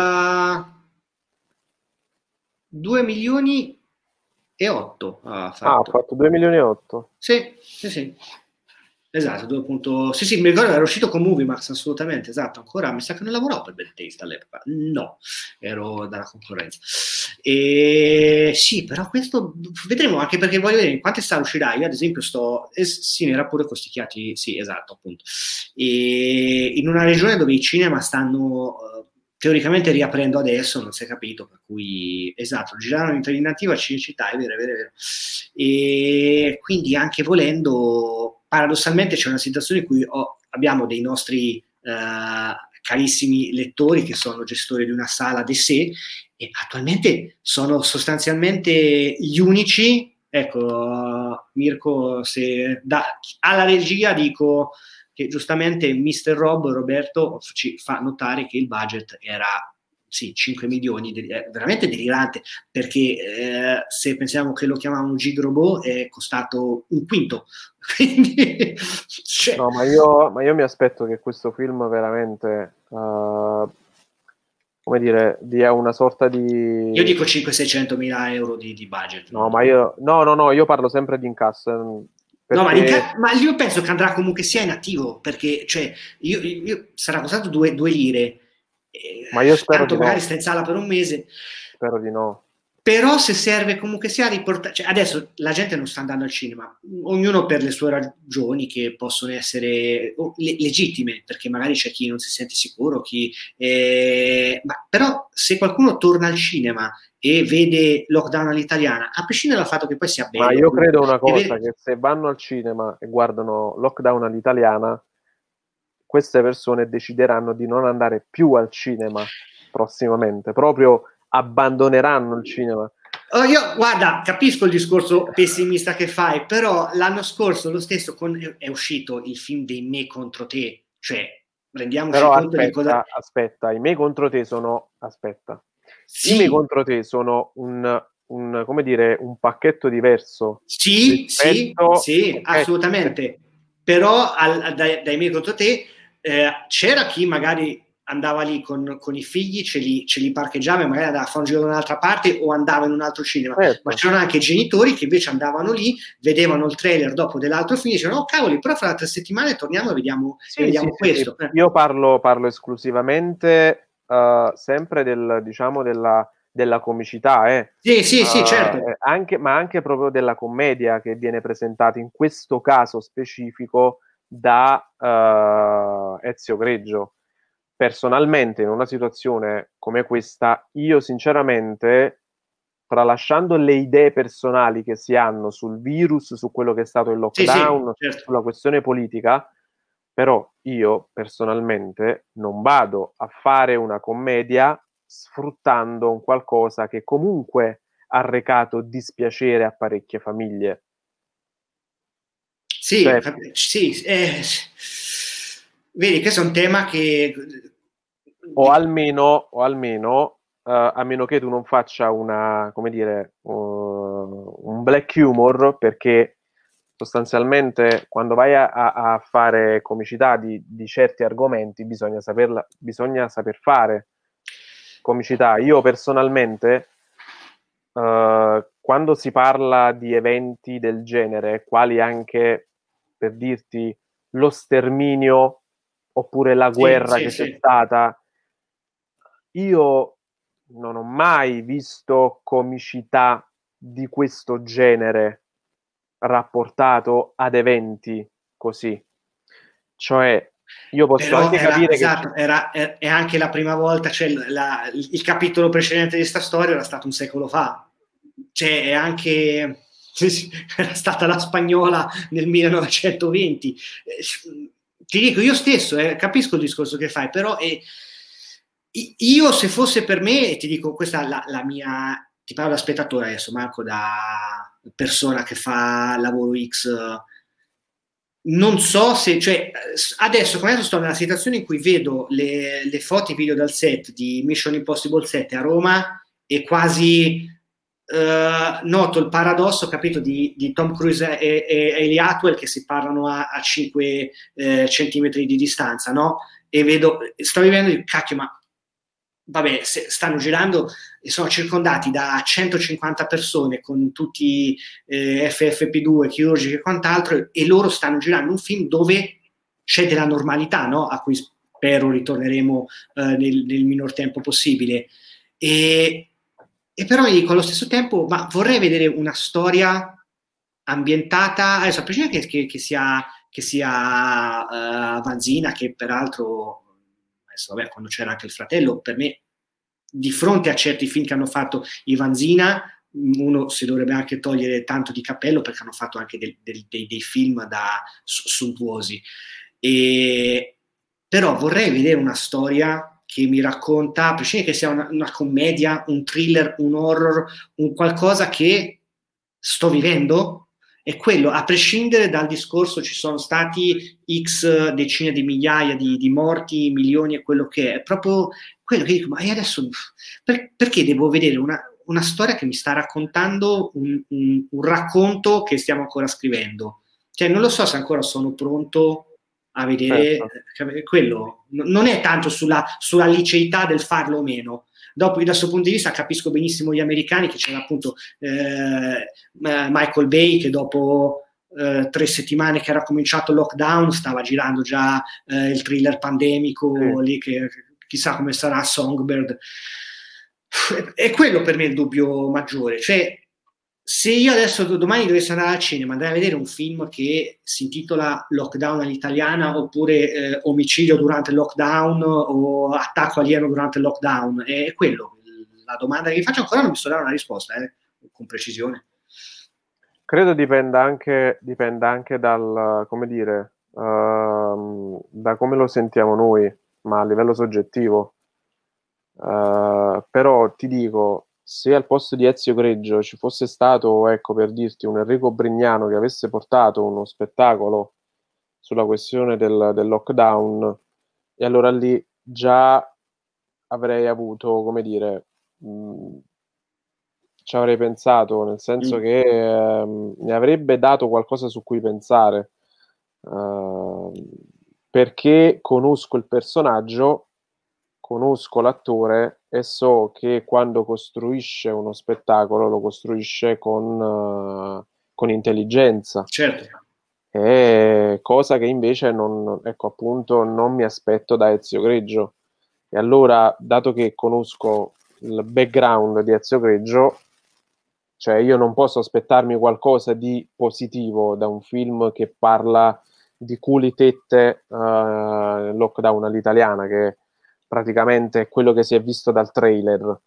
2.000.008 ha fatto. Ha fatto 2.000.008. Sì. Esatto, sì, mi ricordo, era uscito con Moviemax, assolutamente, esatto. Ancora mi sa che non lavoravo per Bad Taste all'epoca. No, ero dalla concorrenza. E sì, però questo vedremo, anche perché voglio vedere in quante sale uscirà. Io ad esempio sì, mi era pure costicchiati, sì, esatto, appunto. E in una regione dove i cinema stanno teoricamente riaprendo adesso, non si è capito, per cui esatto, girano in nativa a Cinecittà, è vero. E quindi anche volendo, paradossalmente c'è una situazione in cui abbiamo dei nostri carissimi lettori che sono gestori di una sala de sé e attualmente sono sostanzialmente gli unici, ecco, Mirko, se alla regia dico che giustamente Mr. Roberto ci fa notare che il budget era 5 milioni, veramente delirante, perché se pensiamo che lo chiamavano Gig Robot è costato un quinto. Quindi, no, ma io mi aspetto che questo film veramente come dire, di una sorta di... Io dico 500-600 mila euro di budget. No, ma io... No, io parlo sempre di incasso. No, Perché... ma io penso che andrà comunque sia in attivo, perché cioè, sarà costato 2 lire, Ma io spero tanto di magari no. sta in sala per un mese. Spero di no. Però se serve comunque sia riportare, cioè adesso la gente non sta andando al cinema, ognuno per le sue ragioni che possono essere legittime, perché magari c'è chi non si sente sicuro, però se qualcuno torna al cinema e vede Lockdown all'italiana, a prescindere dal fatto che poi sia bello, Ma io credo una cosa, vede... che se vanno al cinema e guardano Lockdown all'italiana, queste persone decideranno di non andare più al cinema prossimamente, proprio abbandoneranno il cinema. Oh, io, guarda, capisco il discorso pessimista che fai, però l'anno scorso lo stesso è uscito il film dei Me contro te, cioè rendiamoci Però conto di cosa... aspetta, i miei contro te sono... Aspetta. I miei Sì, contro te sono come dire, un pacchetto diverso sì, sì, rispetto... sì, Ok, assolutamente. Però dai Me contro te c'era chi magari andava lì con i figli, ce li parcheggiava e magari andava a fare un giro da un'altra parte o andava in un altro cinema, ma certo. c'erano anche genitori che invece andavano lì, vedevano il trailer dopo dell'altro film e dicevano: oh cavoli, però fra 3 settimane torniamo e vediamo, Sì, sì, questo. sì. Io parlo esclusivamente sempre diciamo, della comicità, Sì, sì, sì, certo. ma anche proprio della commedia che viene presentata in questo caso specifico da Ezio Greggio. Personalmente, in una situazione come questa, io sinceramente, tralasciando le idee personali che si hanno sul virus, su quello che è stato il Sì, sì, lockdown, certo. sulla questione politica, però io personalmente non vado a fare una commedia sfruttando un qualcosa che comunque ha recato dispiacere a parecchie famiglie. Sì, Cioè, sì, vedi, questo è un tema che... o almeno a meno che tu non faccia una, come dire, un black humor, perché sostanzialmente quando vai a fare comicità di certi argomenti bisogna saper fare comicità. Io personalmente, quando si parla di eventi del genere, quali anche, per dirti, lo sterminio oppure la Sì, guerra sì, che c'è sì. stata, io non ho mai visto comicità di questo genere rapportato ad eventi così. Cioè, io posso Però anche era, capire che esatto, è anche la prima volta, cioè il capitolo precedente di questa storia era stato un secolo fa. Cioè, è anche... era stata la spagnola nel 1920. Ti dico, io stesso, capisco il discorso che fai, però io se fosse per me, ti dico, questa è la mia... Ti parlo da spettatore adesso, Marco, da persona che fa lavoro X. Non so se, cioè, adesso come adesso sto nella situazione in cui vedo le foto e video dal set di Mission Impossible 7 a Roma e quasi noto il paradosso, capito, di Tom Cruise e Hayley Atwell che si parlano a 5 centimetri di distanza, no? E vedo, sto vivendo di cacchio, ma vabbè, stanno girando e sono circondati da 150 persone con tutti FFP2, chirurgici e quant'altro, e loro stanno girando un film dove c'è della normalità, no? A cui spero ritorneremo nel minor tempo possibile. E però mi dico allo stesso tempo, ma vorrei vedere una storia ambientata, adesso a prescindere che sia Vanzina, che peraltro adesso, vabbè, quando c'era anche il fratello, per me di fronte a certi film che hanno fatto i Vanzina, uno si dovrebbe anche togliere tanto di cappello perché hanno fatto anche dei film sontuosi. Però vorrei vedere una storia che mi racconta, a prescindere che sia una commedia, un thriller, un horror, un qualcosa che sto vivendo, è quello, a prescindere dal discorso ci sono stati X decine di migliaia di morti, milioni e quello che è proprio quello che dico, ma io adesso perché devo vedere una storia che mi sta raccontando un racconto che stiamo ancora scrivendo? Cioè non lo so se ancora sono pronto a vedere, quello non è tanto sulla liceità del farlo o meno. Dopo, da questo punto di vista, capisco benissimo gli americani, che c'era appunto Michael Bay, che dopo 3 settimane che era cominciato il lockdown stava girando già il thriller pandemico, lì che chissà come sarà Songbird. È quello per me il dubbio maggiore, cioè se io adesso domani dovessi andare al cinema, andare a vedere un film che si intitola Lockdown all'italiana, oppure Omicidio durante il lockdown, o Attacco alieno durante il lockdown, è quello la domanda che vi faccio. Ancora non mi so dare una risposta con precisione. Credo dipenda anche dal, come dire, da come lo sentiamo noi, ma a livello soggettivo. Però ti dico, se al posto di Ezio Greggio ci fosse stato, ecco, per dirti, un Enrico Brignano che avesse portato uno spettacolo sulla questione del lockdown, e allora lì già avrei avuto, come dire, ci avrei pensato, nel senso che mi avrebbe dato qualcosa su cui pensare, perché conosco il personaggio, conosco l'attore e so che quando costruisce uno spettacolo lo costruisce con intelligenza. Certo. Cosa che invece non mi aspetto da Ezio Greggio. E allora, dato che conosco il background di Ezio Greggio, cioè io non posso aspettarmi qualcosa di positivo da un film che parla di culi tette, lockdown all'italiana, che praticamente è quello che si è visto dal trailer.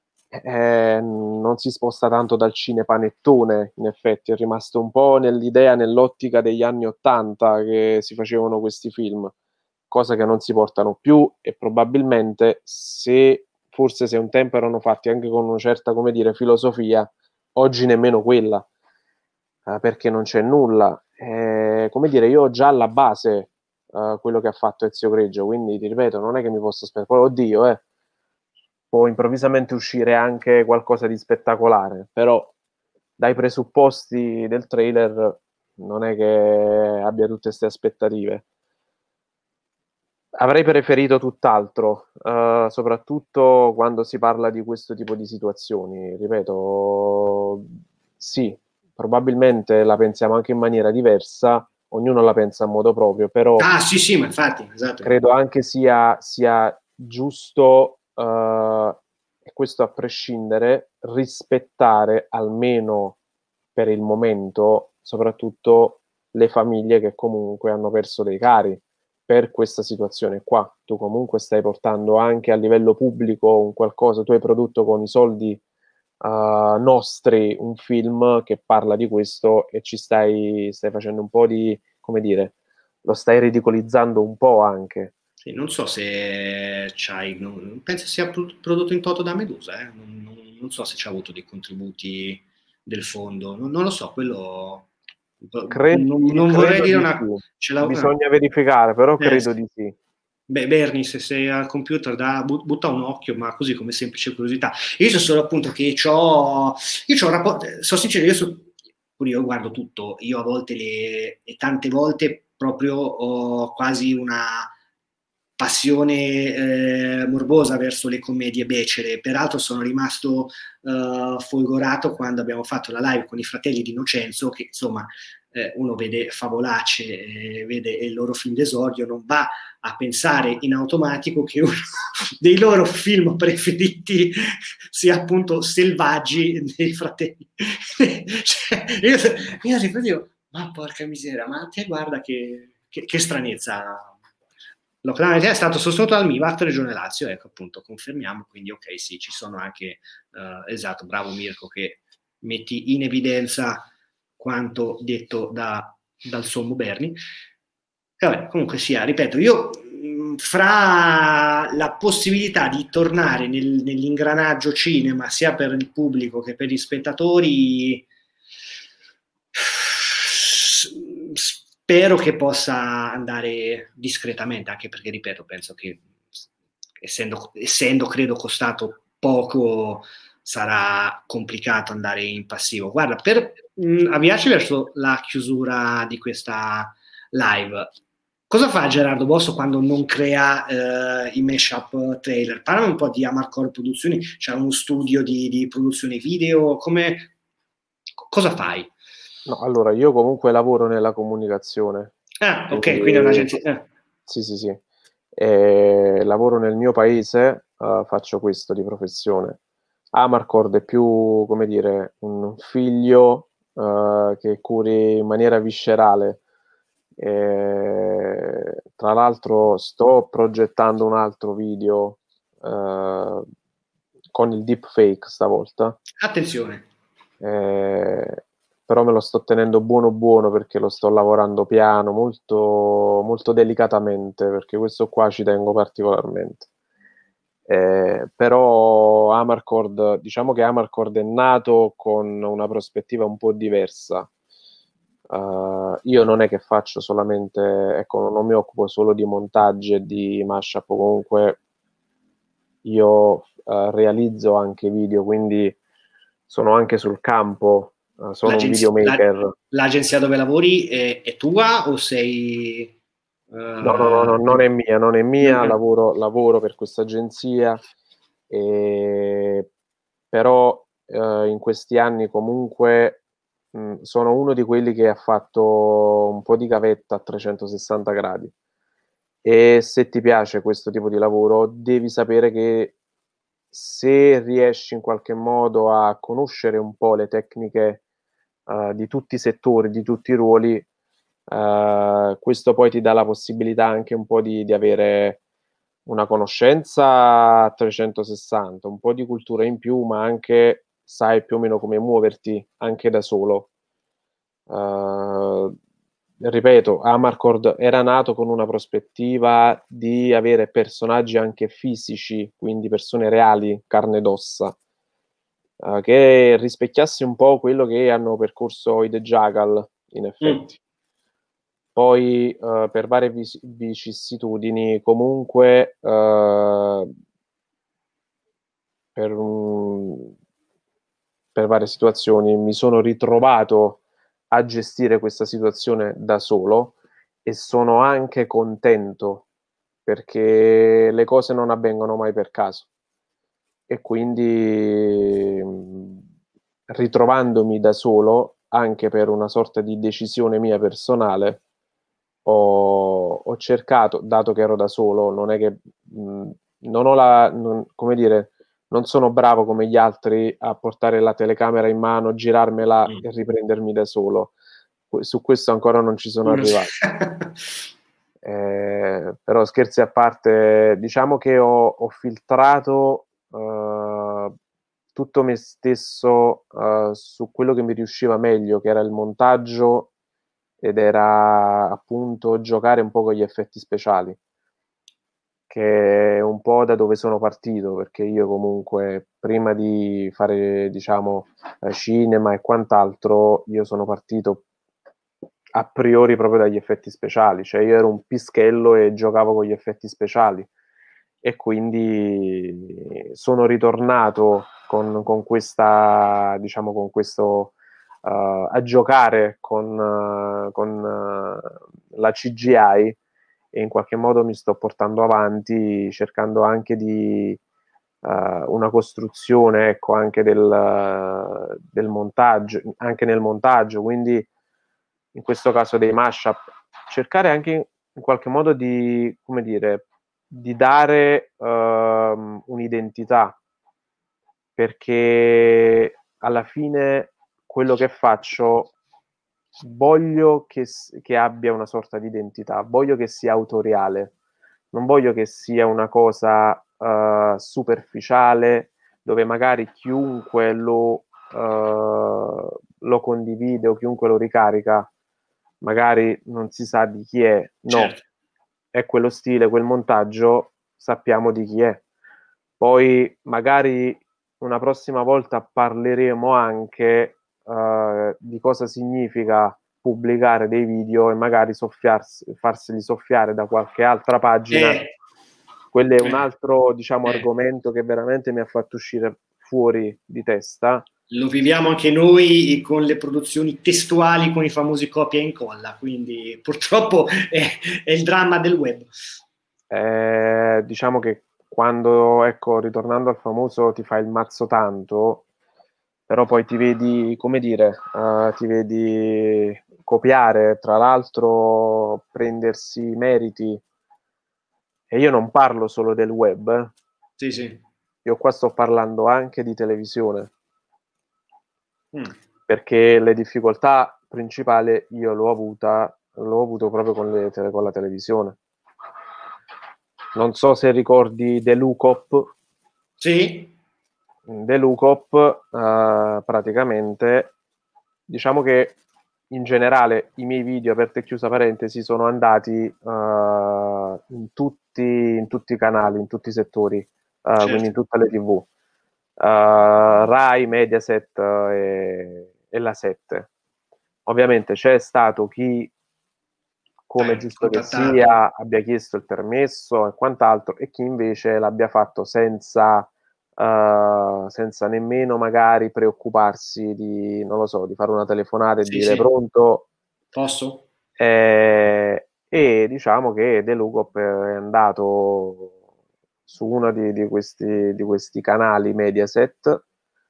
Non si sposta tanto dal cinepanettone, in effetti è rimasto un po' nell'idea, nell'ottica degli anni '80 che si facevano questi film, cosa che non si portano più, e probabilmente forse se un tempo erano fatti anche con una certa, come dire, filosofia, oggi nemmeno quella, perché non c'è nulla. Come dire, io ho già alla base quello che ha fatto Ezio Greggio, quindi ti ripeto, non è che mi posso aspettare, oddio, può improvvisamente uscire anche qualcosa di spettacolare, però dai presupposti del trailer non è che abbia tutte queste aspettative. Avrei preferito tutt'altro, soprattutto quando si parla di questo tipo di situazioni. Ripeto, sì, probabilmente la pensiamo anche in maniera diversa, ognuno la pensa a modo proprio, però sì, ma infatti, esatto. Credo anche sia giusto, e questo a prescindere, rispettare almeno per il momento, soprattutto le famiglie che comunque hanno perso dei cari per questa situazione qua. Tu comunque stai portando anche a livello pubblico un qualcosa, tu hai prodotto con i soldi nostri un film che parla di questo, e ci stai facendo un po' di, come dire, lo stai ridicolizzando un po' anche. Sì, non so se penso sia prodotto in toto da Medusa, non so se ci ha avuto dei contributi del fondo, non lo so, quello non vorrei dire una... Bisogna verificare, però credo di sì. Beh, Bernie, se sei al computer, butta un occhio, ma così come semplice curiosità. Io so solo appunto che io ho un rapporto, sono sincero, io guardo tutto, io a volte e tante volte proprio ho quasi una passione morbosa verso le commedie becere. Peraltro sono rimasto folgorato quando abbiamo fatto la live con i fratelli di Innocenzo, che insomma uno vede favolacce, vede il loro film d'esordio, non va a pensare in automatico che uno dei loro film preferiti sia appunto Selvaggi dei fratelli. Cioè, io sempre dico, ma porca misera, ma te guarda che stranezza. Lockdown è stato sostenuto dal MIBACT Regione Lazio, ecco appunto, confermiamo, quindi ok, sì, ci sono anche, esatto, bravo Mirko che metti in evidenza quanto detto dal sommo Berni. Vabbè, comunque sia, ripeto, io fra la possibilità di tornare nell'ingranaggio cinema sia per il pubblico che per gli spettatori, spero che possa andare discretamente, anche perché, ripeto, penso che essendo credo costato poco, sarà complicato andare in passivo. Guarda, per avviarci verso la chiusura di questa live, Cosa fa Gerardo Bosso quando non crea i mashup trailer? Parlami un po' di Amarcord Produzioni, c'è uno studio di produzione video, cosa fai? No, allora, io comunque lavoro nella comunicazione, Ah, ok, quindi è quindi un'agenzia. sì, sì, sì. Lavoro nel mio paese, faccio questo di professione. Amarcord è più, come dire, un figlio che curi in maniera viscerale. Tra l'altro sto progettando un altro video con il deepfake stavolta. Attenzione. Eh, Però me lo sto tenendo buono buono perché lo sto lavorando piano, molto, molto delicatamente, perché questo qua ci tengo particolarmente. Però Amarcord, diciamo che Amarcord è nato con una prospettiva un po' diversa. Io non è che faccio solamente, ecco, non mi occupo solo di montaggi e di mashup, comunque io realizzo anche video, quindi sono anche sul campo, sono un videomaker. L'agenzia dove lavori è tua o sei... No, no, no, no, non è mia, non è mia, non- lavoro per questa agenzia, però in questi anni comunque sono uno di quelli che ha fatto un po' di gavetta a 360 gradi. E se ti piace questo tipo di lavoro, devi sapere che se riesci in qualche modo a conoscere un po' le tecniche di tutti i settori, di tutti i ruoli, questo poi ti dà la possibilità anche un po' di avere una conoscenza a 360, un po' di cultura in più, ma anche sai più o meno come muoverti anche da solo. Uh, Ripeto, Amarcord era nato con una prospettiva di avere personaggi anche fisici, quindi persone reali, carne ed ossa, che rispecchiasse un po' quello che hanno percorso i The Jackal, in effetti. Poi, per varie vicissitudini, comunque, per, per varie situazioni, mi sono ritrovato a gestire questa situazione da solo e sono anche contento perché le cose non avvengono mai per caso e quindi ritrovandomi da solo anche per una sorta di decisione mia personale ho cercato, dato che ero da solo, non è che non ho come dire, non sono bravo come gli altri a portare la telecamera in mano, girarmela e riprendermi da solo. Su questo ancora non ci sono arrivato. Però scherzi a parte, diciamo che ho filtrato tutto me stesso su quello che mi riusciva meglio, che era il montaggio ed era appunto giocare un po' con gli effetti speciali, che è un po' da dove sono partito, perché io comunque prima di fare, diciamo, cinema e quant'altro, io sono partito a priori proprio dagli effetti speciali, cioè io ero un pischello e giocavo con gli effetti speciali e quindi sono ritornato con questa, diciamo, con questo a giocare con la CGI e in qualche modo mi sto portando avanti cercando anche di una costruzione, ecco, anche del montaggio, anche nel montaggio, quindi in questo caso dei mashup, cercare anche in qualche modo di, come dire, di dare un'identità, perché alla fine quello che faccio voglio che abbia una sorta di identità, voglio che sia autoriale, non voglio che sia una cosa superficiale dove magari chiunque lo condivide o chiunque lo ricarica magari non si sa di chi è, no, Certo. è quello stile, quel montaggio, sappiamo di chi è. Poi magari una prossima volta parleremo anche di cosa significa pubblicare dei video e magari farseli soffiare da qualche altra pagina. Quello è un altro, diciamo, argomento che veramente mi ha fatto uscire fuori di testa lo viviamo anche noi con le produzioni testuali con i famosi copia e incolla, quindi purtroppo è il dramma del web. Diciamo che quando, ecco, ritornando al famoso ti fai il mazzo tanto, però poi ti vedi, come dire, ti vedi copiare, tra l'altro prendersi i meriti, e io non parlo solo del web, Sì, sì. io qua sto parlando anche di televisione, Mm. perché le difficoltà principali io l'ho avuto proprio con la televisione. Non so se ricordi The Look Up. Sì? The Look Up, praticamente, diciamo che in generale i miei video, aperta e chiusa parentesi, sono andati in tutti i canali, in tutti i settori, quindi in Certo. tutte le TV. Rai, Mediaset e la 7. Ovviamente c'è stato chi, come giusto che Contattato. sia, abbia chiesto il permesso e quant'altro, e chi invece l'abbia fatto senza nemmeno magari preoccuparsi di, non lo so, di fare una telefonata e Sì, dire sì. pronto. Posso? E diciamo che De Lucop è andato su uno di questi canali Mediaset,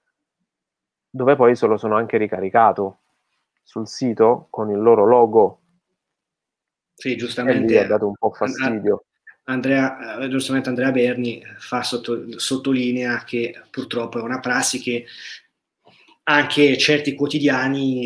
dove poi se lo sono anche ricaricato sul sito con il loro logo, Sì, e lì ha giustamente dato un po' fastidio. giustamente Andrea Berni sottolinea che purtroppo è una prassi che anche certi quotidiani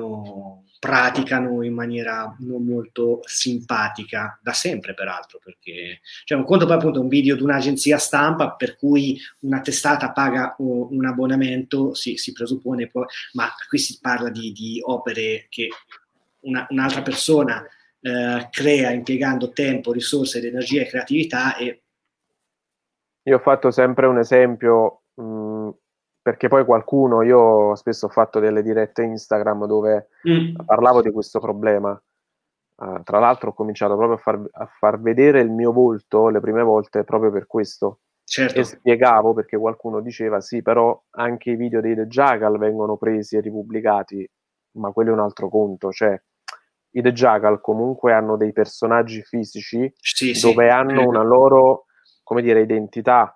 praticano in maniera non molto simpatica, da sempre peraltro, perché cioè, un conto poi appunto un video di un'agenzia stampa per cui una testata paga un abbonamento, si presuppone, poi, ma qui si parla di opere che un'altra persona crea impiegando tempo, risorse ed energia e creatività. E Io ho fatto sempre un esempio, perché poi io spesso ho fatto delle dirette Instagram dove parlavo di questo problema. Tra l'altro ho cominciato proprio a far vedere il mio volto le prime volte proprio per questo. E certo, spiegavo, perché qualcuno diceva sì, però anche i video dei The Jackal vengono presi e ripubblicati, ma quello è un altro conto. Cioè, i The Jackal comunque hanno dei personaggi fisici sì, sì, dove hanno una loro, come dire, identità.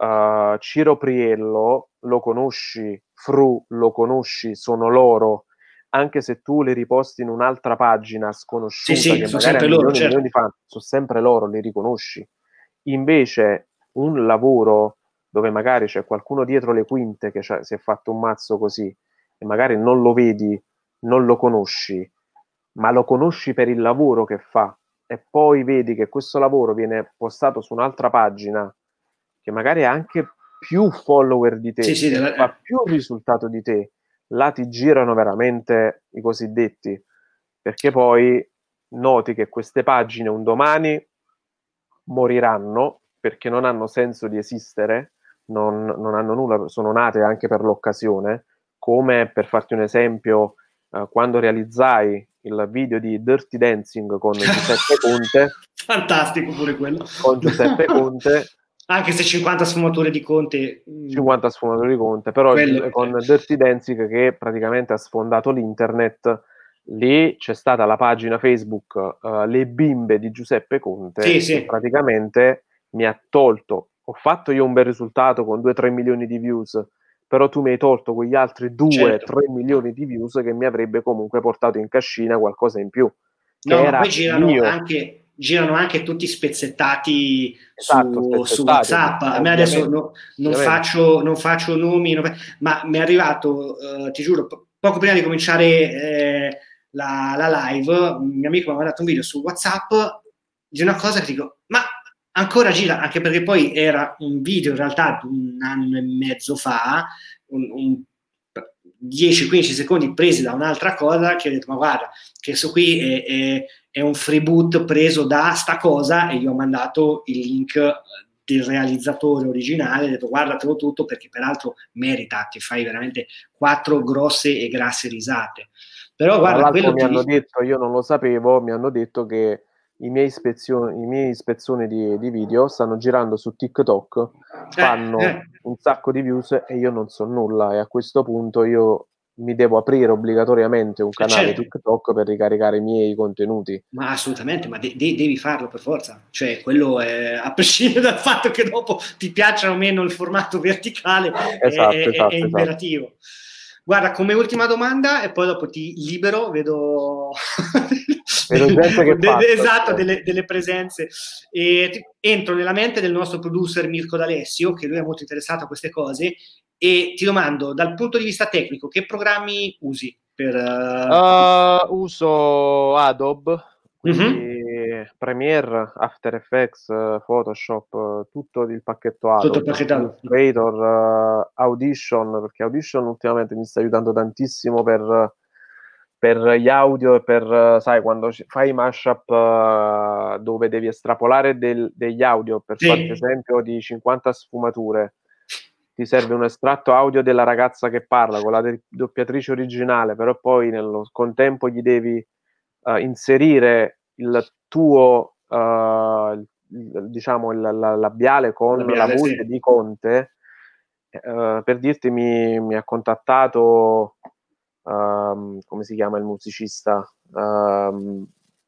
Ciro Priello lo conosci, Fru lo conosci, sono loro, anche se tu le riposti in un'altra pagina sì, sconosciuta sì, che sono magari ha sempre loro, milioni e milioni certo. di fan, sono sempre loro, li riconosci. Invece un lavoro dove magari c'è qualcuno dietro le quinte che si è fatto un mazzo così e magari non lo vedi, non lo conosci, ma lo conosci per il lavoro che fa, e poi vedi che questo lavoro viene postato su un'altra pagina che magari ha anche più follower di Sì, te sì, e fa più risultato di te, là ti girano veramente i cosiddetti, perché poi noti che queste pagine un domani moriranno perché non hanno senso di esistere, non hanno nulla, sono nate anche per l'occasione, come per farti un esempio, quando realizzai il video di Dirty Dancing fantastico pure quello. con Giuseppe Conte, Anche se 50 sfumature di Conte, 50 sfumatori di Conte, però quello, con Dirty Dancing che praticamente ha sfondato l'internet, lì c'è stata la pagina Facebook Le bimbe di Giuseppe sì, Conte, che sì, praticamente mi ha tolto, ho fatto io un bel risultato con 2-3 milioni di views, però tu mi hai tolto quegli altri certo. 2-3 milioni di views che mi avrebbe comunque portato in cascina qualcosa in più, che No, ma poi era mio. girano anche tutti spezzettati Esatto, su spezzettate, WhatsApp. A me adesso ovviamente, ovviamente. non faccio nomi, ma mi è arrivato, ti giuro, poco prima di cominciare la live, un mio amico mi ha mandato un video su WhatsApp di una cosa che dico, ma ancora gira, anche perché poi era un video in realtà di un anno e mezzo fa, un 10-15 secondi presi da un'altra cosa che ho detto, ma guarda, che questo qui è un freeboot preso da sta cosa, e gli ho mandato il link del realizzatore originale, ho detto guardatelo tutto perché peraltro merita, ti fai veramente 4 grosse e grasse risate. Però Tra guarda, l'altro quello mi hanno ti... detto, io non lo sapevo, mi hanno detto che i miei spezzoni di video stanno girando su TikTok, fanno un sacco di views e io non so nulla, e a questo punto io mi devo aprire obbligatoriamente un canale certo. TikTok per ricaricare i miei contenuti. Ma assolutamente, ma devi farlo per forza, cioè quello è, a prescindere dal fatto che dopo ti piaccia o meno il formato verticale, è imperativo. Guarda, come ultima domanda, e poi dopo ti libero, vedo gente che passa, esatto, delle presenze. Entro nella mente del nostro producer Mirko D'Alessio, che lui è molto interessato a queste cose, e ti domando, dal punto di vista tecnico, che programmi usi? Uso Adobe, quindi Premiere, After Effects, Photoshop, tutto il pacchetto Adobe, Illustrator, Audition, perché Audition ultimamente mi sta aiutando tantissimo per gli audio e per, sai, quando fai i mashup dove devi estrapolare degli audio, per farti esempio di 50 sfumature, ti serve un estratto audio della ragazza che parla con la doppiatrice originale, però poi nello contempo gli devi inserire il tuo diciamo il labiale con la voce di Conte. Per dirti, mi ha contattato come si chiama il musicista, non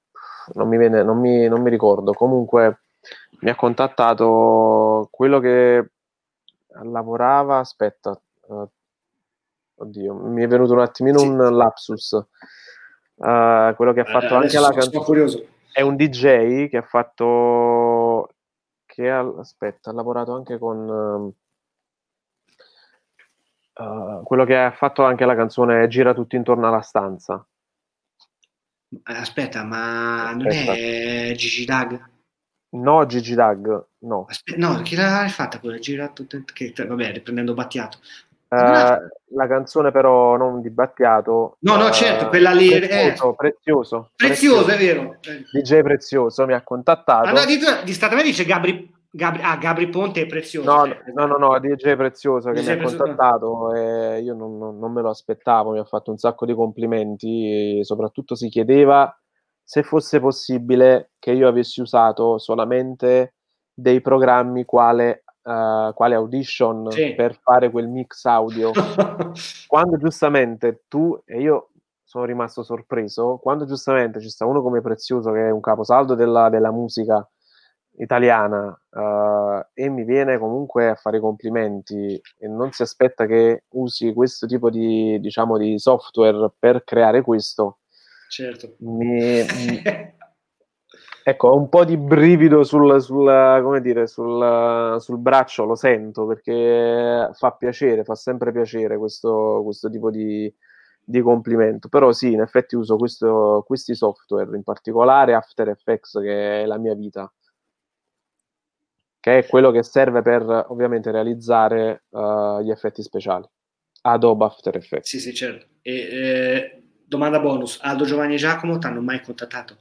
mi ricordo, comunque mi ha contattato quello che lavorava, aspetta, oddio, mi è venuto un attimino un lapsus, quello che ha fatto anche la canzone, è un DJ che ha fatto, aspetta, ha lavorato anche con quello che ha fatto anche la canzone Gira tutto intorno alla stanza. Aspetta, ma non è Gigi Dag? No, Gigi Dag, no. No, chi l'ha fatta quella? Girato, che vabbè, riprendendo Battiato. La canzone però non di Battiato. No, certo, quella lì Prezioso, è vero. DJ Prezioso mi ha contattato. Ma no, di stato a me dice Gabri Ponte è Prezioso. No, DJ Prezioso che mi ha contattato, e io non me lo aspettavo, mi ha fatto un sacco di complimenti, e soprattutto si chiedeva se fosse possibile che io avessi usato solamente dei programmi quale Audition per fare quel mix audio. Quando giustamente tu, e io sono rimasto sorpreso, quando giustamente ci sta uno come Prezioso, che è un caposaldo della musica italiana, e mi viene comunque a fare complimenti e non si aspetta che usi questo tipo di, diciamo, di software per creare questo, certo. Ecco, un po' di brivido sul braccio lo sento, perché fa piacere, fa sempre piacere questo tipo di complimento. Però sì, in effetti uso questi software, in particolare After Effects, che è la mia vita, che è quello che serve per ovviamente realizzare gli effetti speciali. Adobe After Effects. Sì, certo. E domanda bonus, Aldo, Giovanni e Giacomo ti hanno mai contattato?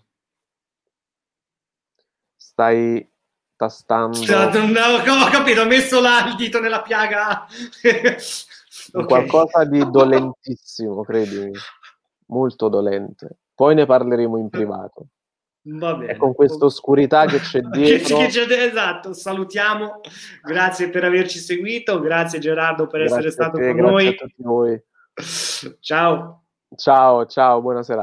Stai tastando... No, ho capito, ho messo il dito nella piaga. Qualcosa di dolentissimo, credimi, molto dolente. Poi ne parleremo in privato. Va bene. E con questa oscurità che c'è dietro... Esatto, salutiamo, grazie per averci seguito, grazie Gerardo per essere stato con noi. Grazie a tutti voi. Ciao, buona serata.